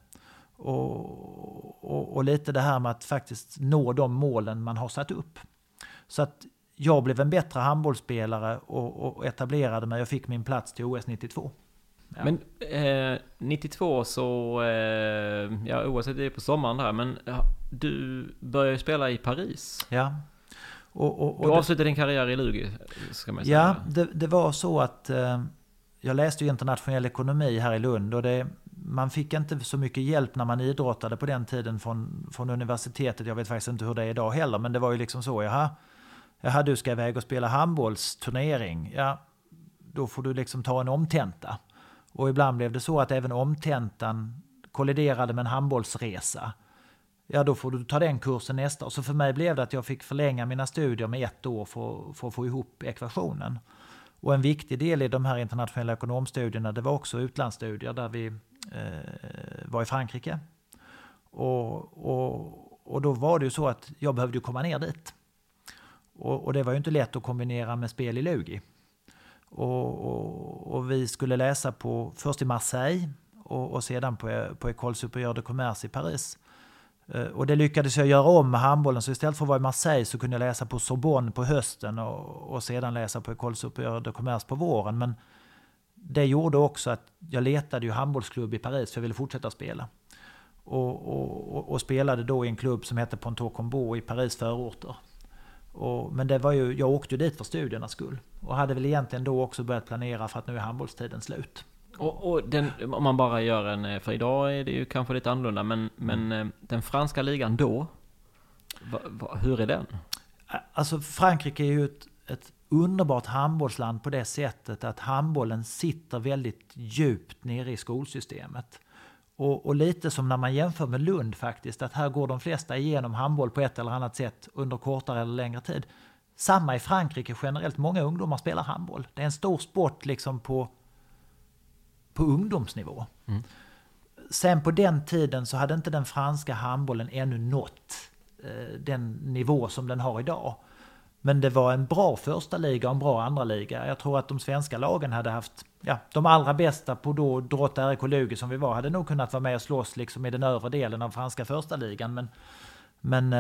Och lite det här med att faktiskt nå de målen man har satt upp. Så att jag blev en bättre handbollsspelare och etablerade mig och fick min plats till OS 92. Ja. Men 92 så, OS är på sommaren där, men du började spela i Paris. Ja. Du avslutade din karriär i Lugi, ska man säga. Ja, det var så att jag läste ju internationell ekonomi här i Lund och man fick inte så mycket hjälp när man idrottade på den tiden från universitetet. Jag vet faktiskt inte hur det är idag heller, men det var ju liksom så. Jaha, du ska iväg och spela handbollsturnering. Ja, då får du liksom ta en omtenta. Och ibland blev det så att även omtentan kolliderade med en handbollsresa. Ja, då får du ta den kursen nästa år. Så för mig blev det att jag fick förlänga mina studier med 1 år för att få ihop ekvationen. Och en viktig del i de här internationella ekonomstudierna, det var också utlandsstudier där vi var i Frankrike. Och då var det ju så att jag behövde komma ner dit. Och det var ju inte lätt att kombinera med spel i Lugi. Och vi skulle läsa först i Marseille och sedan på École Supérieure de Commerce i Paris. Och det lyckades jag göra om med handbollen, så istället för att vara i Marseille så kunde jag läsa på Sorbonne på hösten och sedan läsa på École Supérieure de Commerce på våren. Men det gjorde också att jag letade ju handbollsklubb i Paris för jag ville fortsätta spela. Och spelade då i en klubb som hette Pontour Combo i Paris förorter. Men det var ju, jag åkte ju dit för studiernas skull och hade väl egentligen då också börjat planera för att nu är handbollstiden slut. Och om man bara gör för idag är det ju kanske lite annorlunda, men den franska ligan då, hur är den? Alltså Frankrike är ju ett underbart handbollsland på det sättet att handbollen sitter väldigt djupt nere i skolsystemet. Och lite som när man jämför med Lund faktiskt, att här går de flesta igenom handboll på ett eller annat sätt under kortare eller längre tid. Samma i Frankrike generellt, många ungdomar spelar handboll. Det är en stor sport liksom på ungdomsnivå. Mm. Sen på den tiden så hade inte den franska handbollen ännu nått den nivå som den har idag. Men det var en bra första liga och en bra andra liga. Jag tror att de svenska lagen hade haft, de allra bästa på då Drott RIK Lugi som vi var, hade nog kunnat vara med och slåss liksom i den övre delen av franska första ligan. Men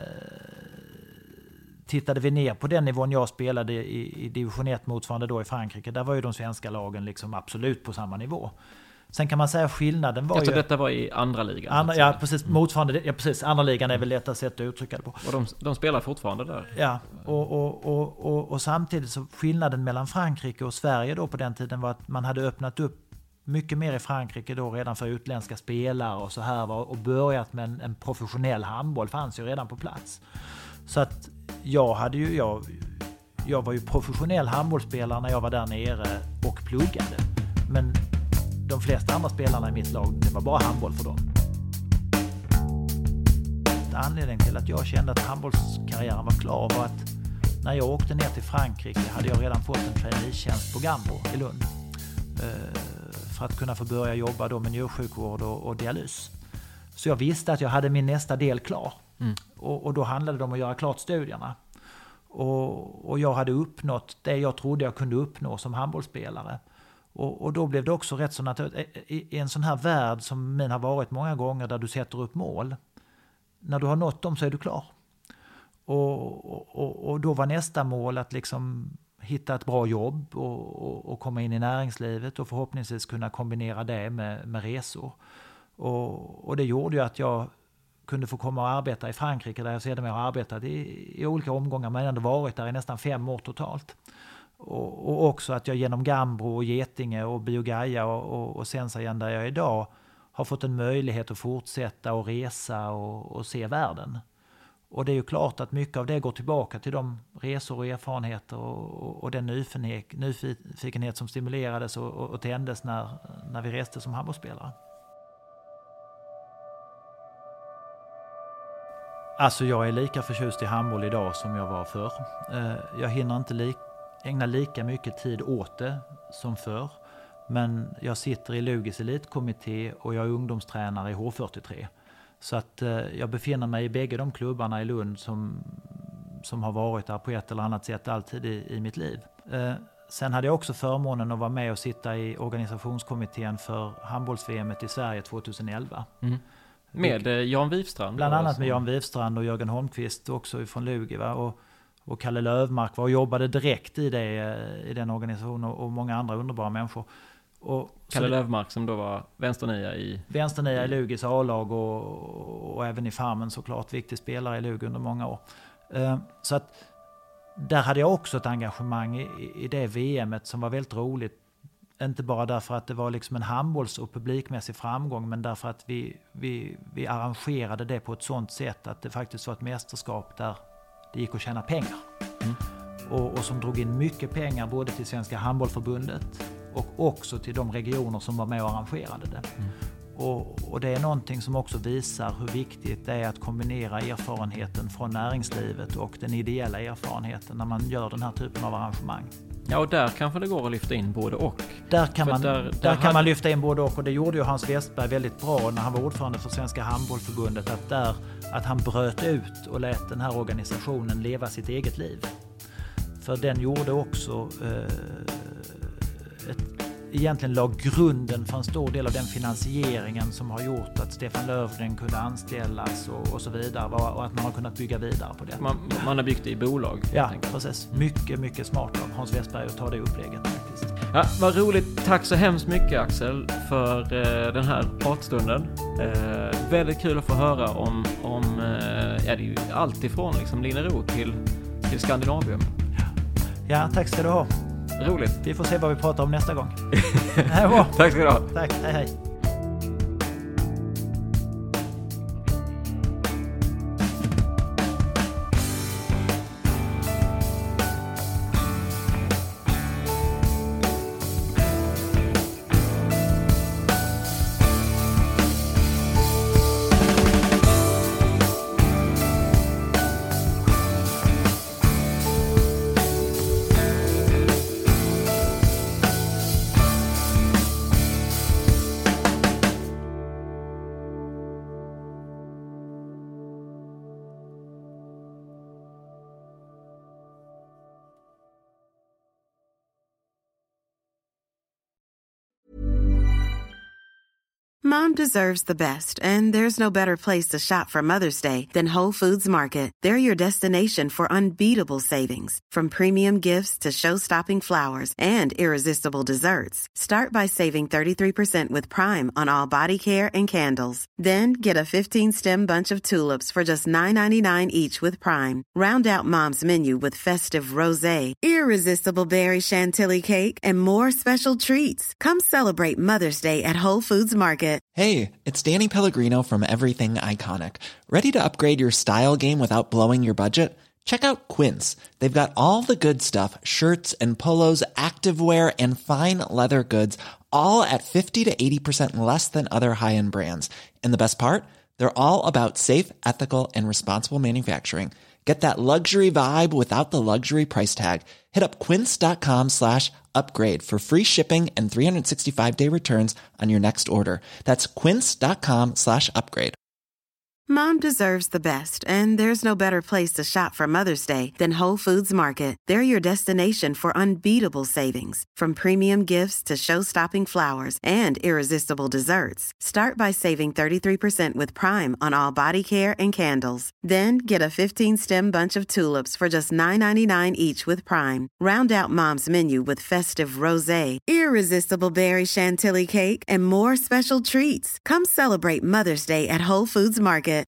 tittade vi ner på den nivån jag spelade i division 1 motsvarande då i Frankrike, där var ju de svenska lagen liksom absolut på samma nivå. Sen kan man säga skillnaden var ju... detta var i andra ligan. Ja, precis. Motsvarande, precis. Andra ligan är väl lättare sätt att uttrycka det på. Och de spelar fortfarande där. Ja, och samtidigt så skillnaden mellan Frankrike och Sverige då på den tiden var att man hade öppnat upp mycket mer i Frankrike då redan för utländska spelare och så här var, och börjat med en professionell handboll fanns ju redan på plats. Så att jag var ju professionell handbollsspelare när jag var där nere och pluggade. Men de flesta andra spelarna i mitt lag, det var bara handboll för dem. Anledningen till att jag kände att handbollskarriären var klar var att när jag åkte ner till Frankrike hade jag redan fått en traineetjänst på Gambro i Lund. För att kunna få börja jobba då med njursjukvård och dialys. Så jag visste att jag hade min nästa del klar. Och då handlade det om att göra klart studierna. Och jag hade uppnått det jag trodde jag kunde uppnå som handbollsspelare. Och då blev det också rätt så naturligt. I en sån här värld som min har varit många gånger där du sätter upp mål. När du har nått dem så är du klar. Och då var nästa mål att liksom hitta ett bra jobb och komma in i näringslivet och förhoppningsvis kunna kombinera det med resor. Och det gjorde ju att jag kunde få komma och arbeta i Frankrike där jag sedan har arbetat i olika omgångar men ändå varit där i nästan 5 år totalt. Och också att jag genom Gambro och Getinge och Biogaia och Sensagen där jag är idag har fått en möjlighet att fortsätta och resa och se världen. Och det är ju klart att mycket av det går tillbaka till de resor och erfarenheter och den nyfikenhet som stimulerades och tändes när vi reste som handbollsspelare. Alltså jag är lika förtjust i handboll idag som jag var förr. Jag hinner inte ägna lika mycket tid åt det som förr. Men jag sitter i Lugis elitkommitté och jag är ungdomstränare i H43. Så att jag befinner mig i bägge de klubbarna i Lund som har varit där på ett eller annat sätt alltid i mitt liv. Sen hade jag också förmånen att vara med och sitta i organisationskommittén för handbolls-VM:et i Sverige 2011. Med Jan Wifstrand? Bland annat med Jan Wifstrand och Jörgen Holmqvist också från Lugi. Och Kalle Lövmark var och jobbade direkt i den organisationen och många andra underbara människor. Kalle Lövmark som då var vänsternia i Lugis A-lag och även i Farmen såklart, viktig spelare i Lugi under många år. Så att där hade jag också ett engagemang i det VM:et som var väldigt roligt. Inte bara därför att det var liksom en handbolls- och publikmässig framgång, men därför att vi arrangerade det på ett sånt sätt att det faktiskt var ett mästerskap där det gick att tjäna pengar. Och som drog in mycket pengar både till Svenska handbollförbundet och också till de regioner som var med och arrangerade det. Och det är någonting som också visar hur viktigt det är att kombinera erfarenheten från näringslivet och den ideella erfarenheten när man gör den här typen av arrangemang. Ja, och där kanske det går att lyfta in både och. Där kan man lyfta in både och det gjorde ju Hans Westberg väldigt bra när han var ordförande för Svenska handbollförbundet, att han bröt ut och lät den här organisationen leva sitt eget liv. För den gjorde också egentligen la grunden för en stor del av den finansieringen som har gjort att Stefan Löfgren kunde anställas och så vidare, och att man har kunnat bygga vidare på det. Man har byggt det i bolag. Ja, precis. Mycket, mycket smart av Hans Westberg att ta det upplägget faktiskt. Ja, vad roligt. Tack så hemskt mycket Axel för den här pratstunden. Väldigt kul att få höra om det är ju allt ifrån liksom Linnero till Skandinavium. Ja, tack ska du ha. Roligt. Vi får se vad vi pratar om nästa gång. Tack ska du ha. Tack, hej. Mom deserves the best, and there's no better place to shop for Mother's Day than Whole Foods Market. They're your destination for unbeatable savings, from premium gifts to show-stopping flowers and irresistible desserts. Start by saving 33% with Prime on all body care and candles. Then get a 15-stem bunch of tulips for just $9.99 each with Prime. Round out Mom's menu with festive rosé, irresistible berry chantilly cake, and more special treats. Come celebrate Mother's Day at Whole Foods Market. Hey, it's Danny Pellegrino from Everything Iconic. Ready to upgrade your style game without blowing your budget? Check out Quince. They've got all the good stuff, shirts and polos, activewear, and fine leather goods, all at 50 to 80% less than other high-end brands. And the best part? They're all about safe, ethical, and responsible manufacturing. Get that luxury vibe without the luxury price tag. Hit up quince.com/upgrade for free shipping and 365-day returns on your next order. That's quince.com/upgrade. Mom deserves the best, and there's no better place to shop for Mother's Day than Whole Foods Market. They're your destination for unbeatable savings, from premium gifts to show-stopping flowers and irresistible desserts. Start by saving 33% with Prime on all body care and candles. Then get a 15-stem bunch of tulips for just $9.99 each with Prime. Round out Mom's menu with festive rosé, irresistible berry chantilly cake, and more special treats. Come celebrate Mother's Day at Whole Foods Market.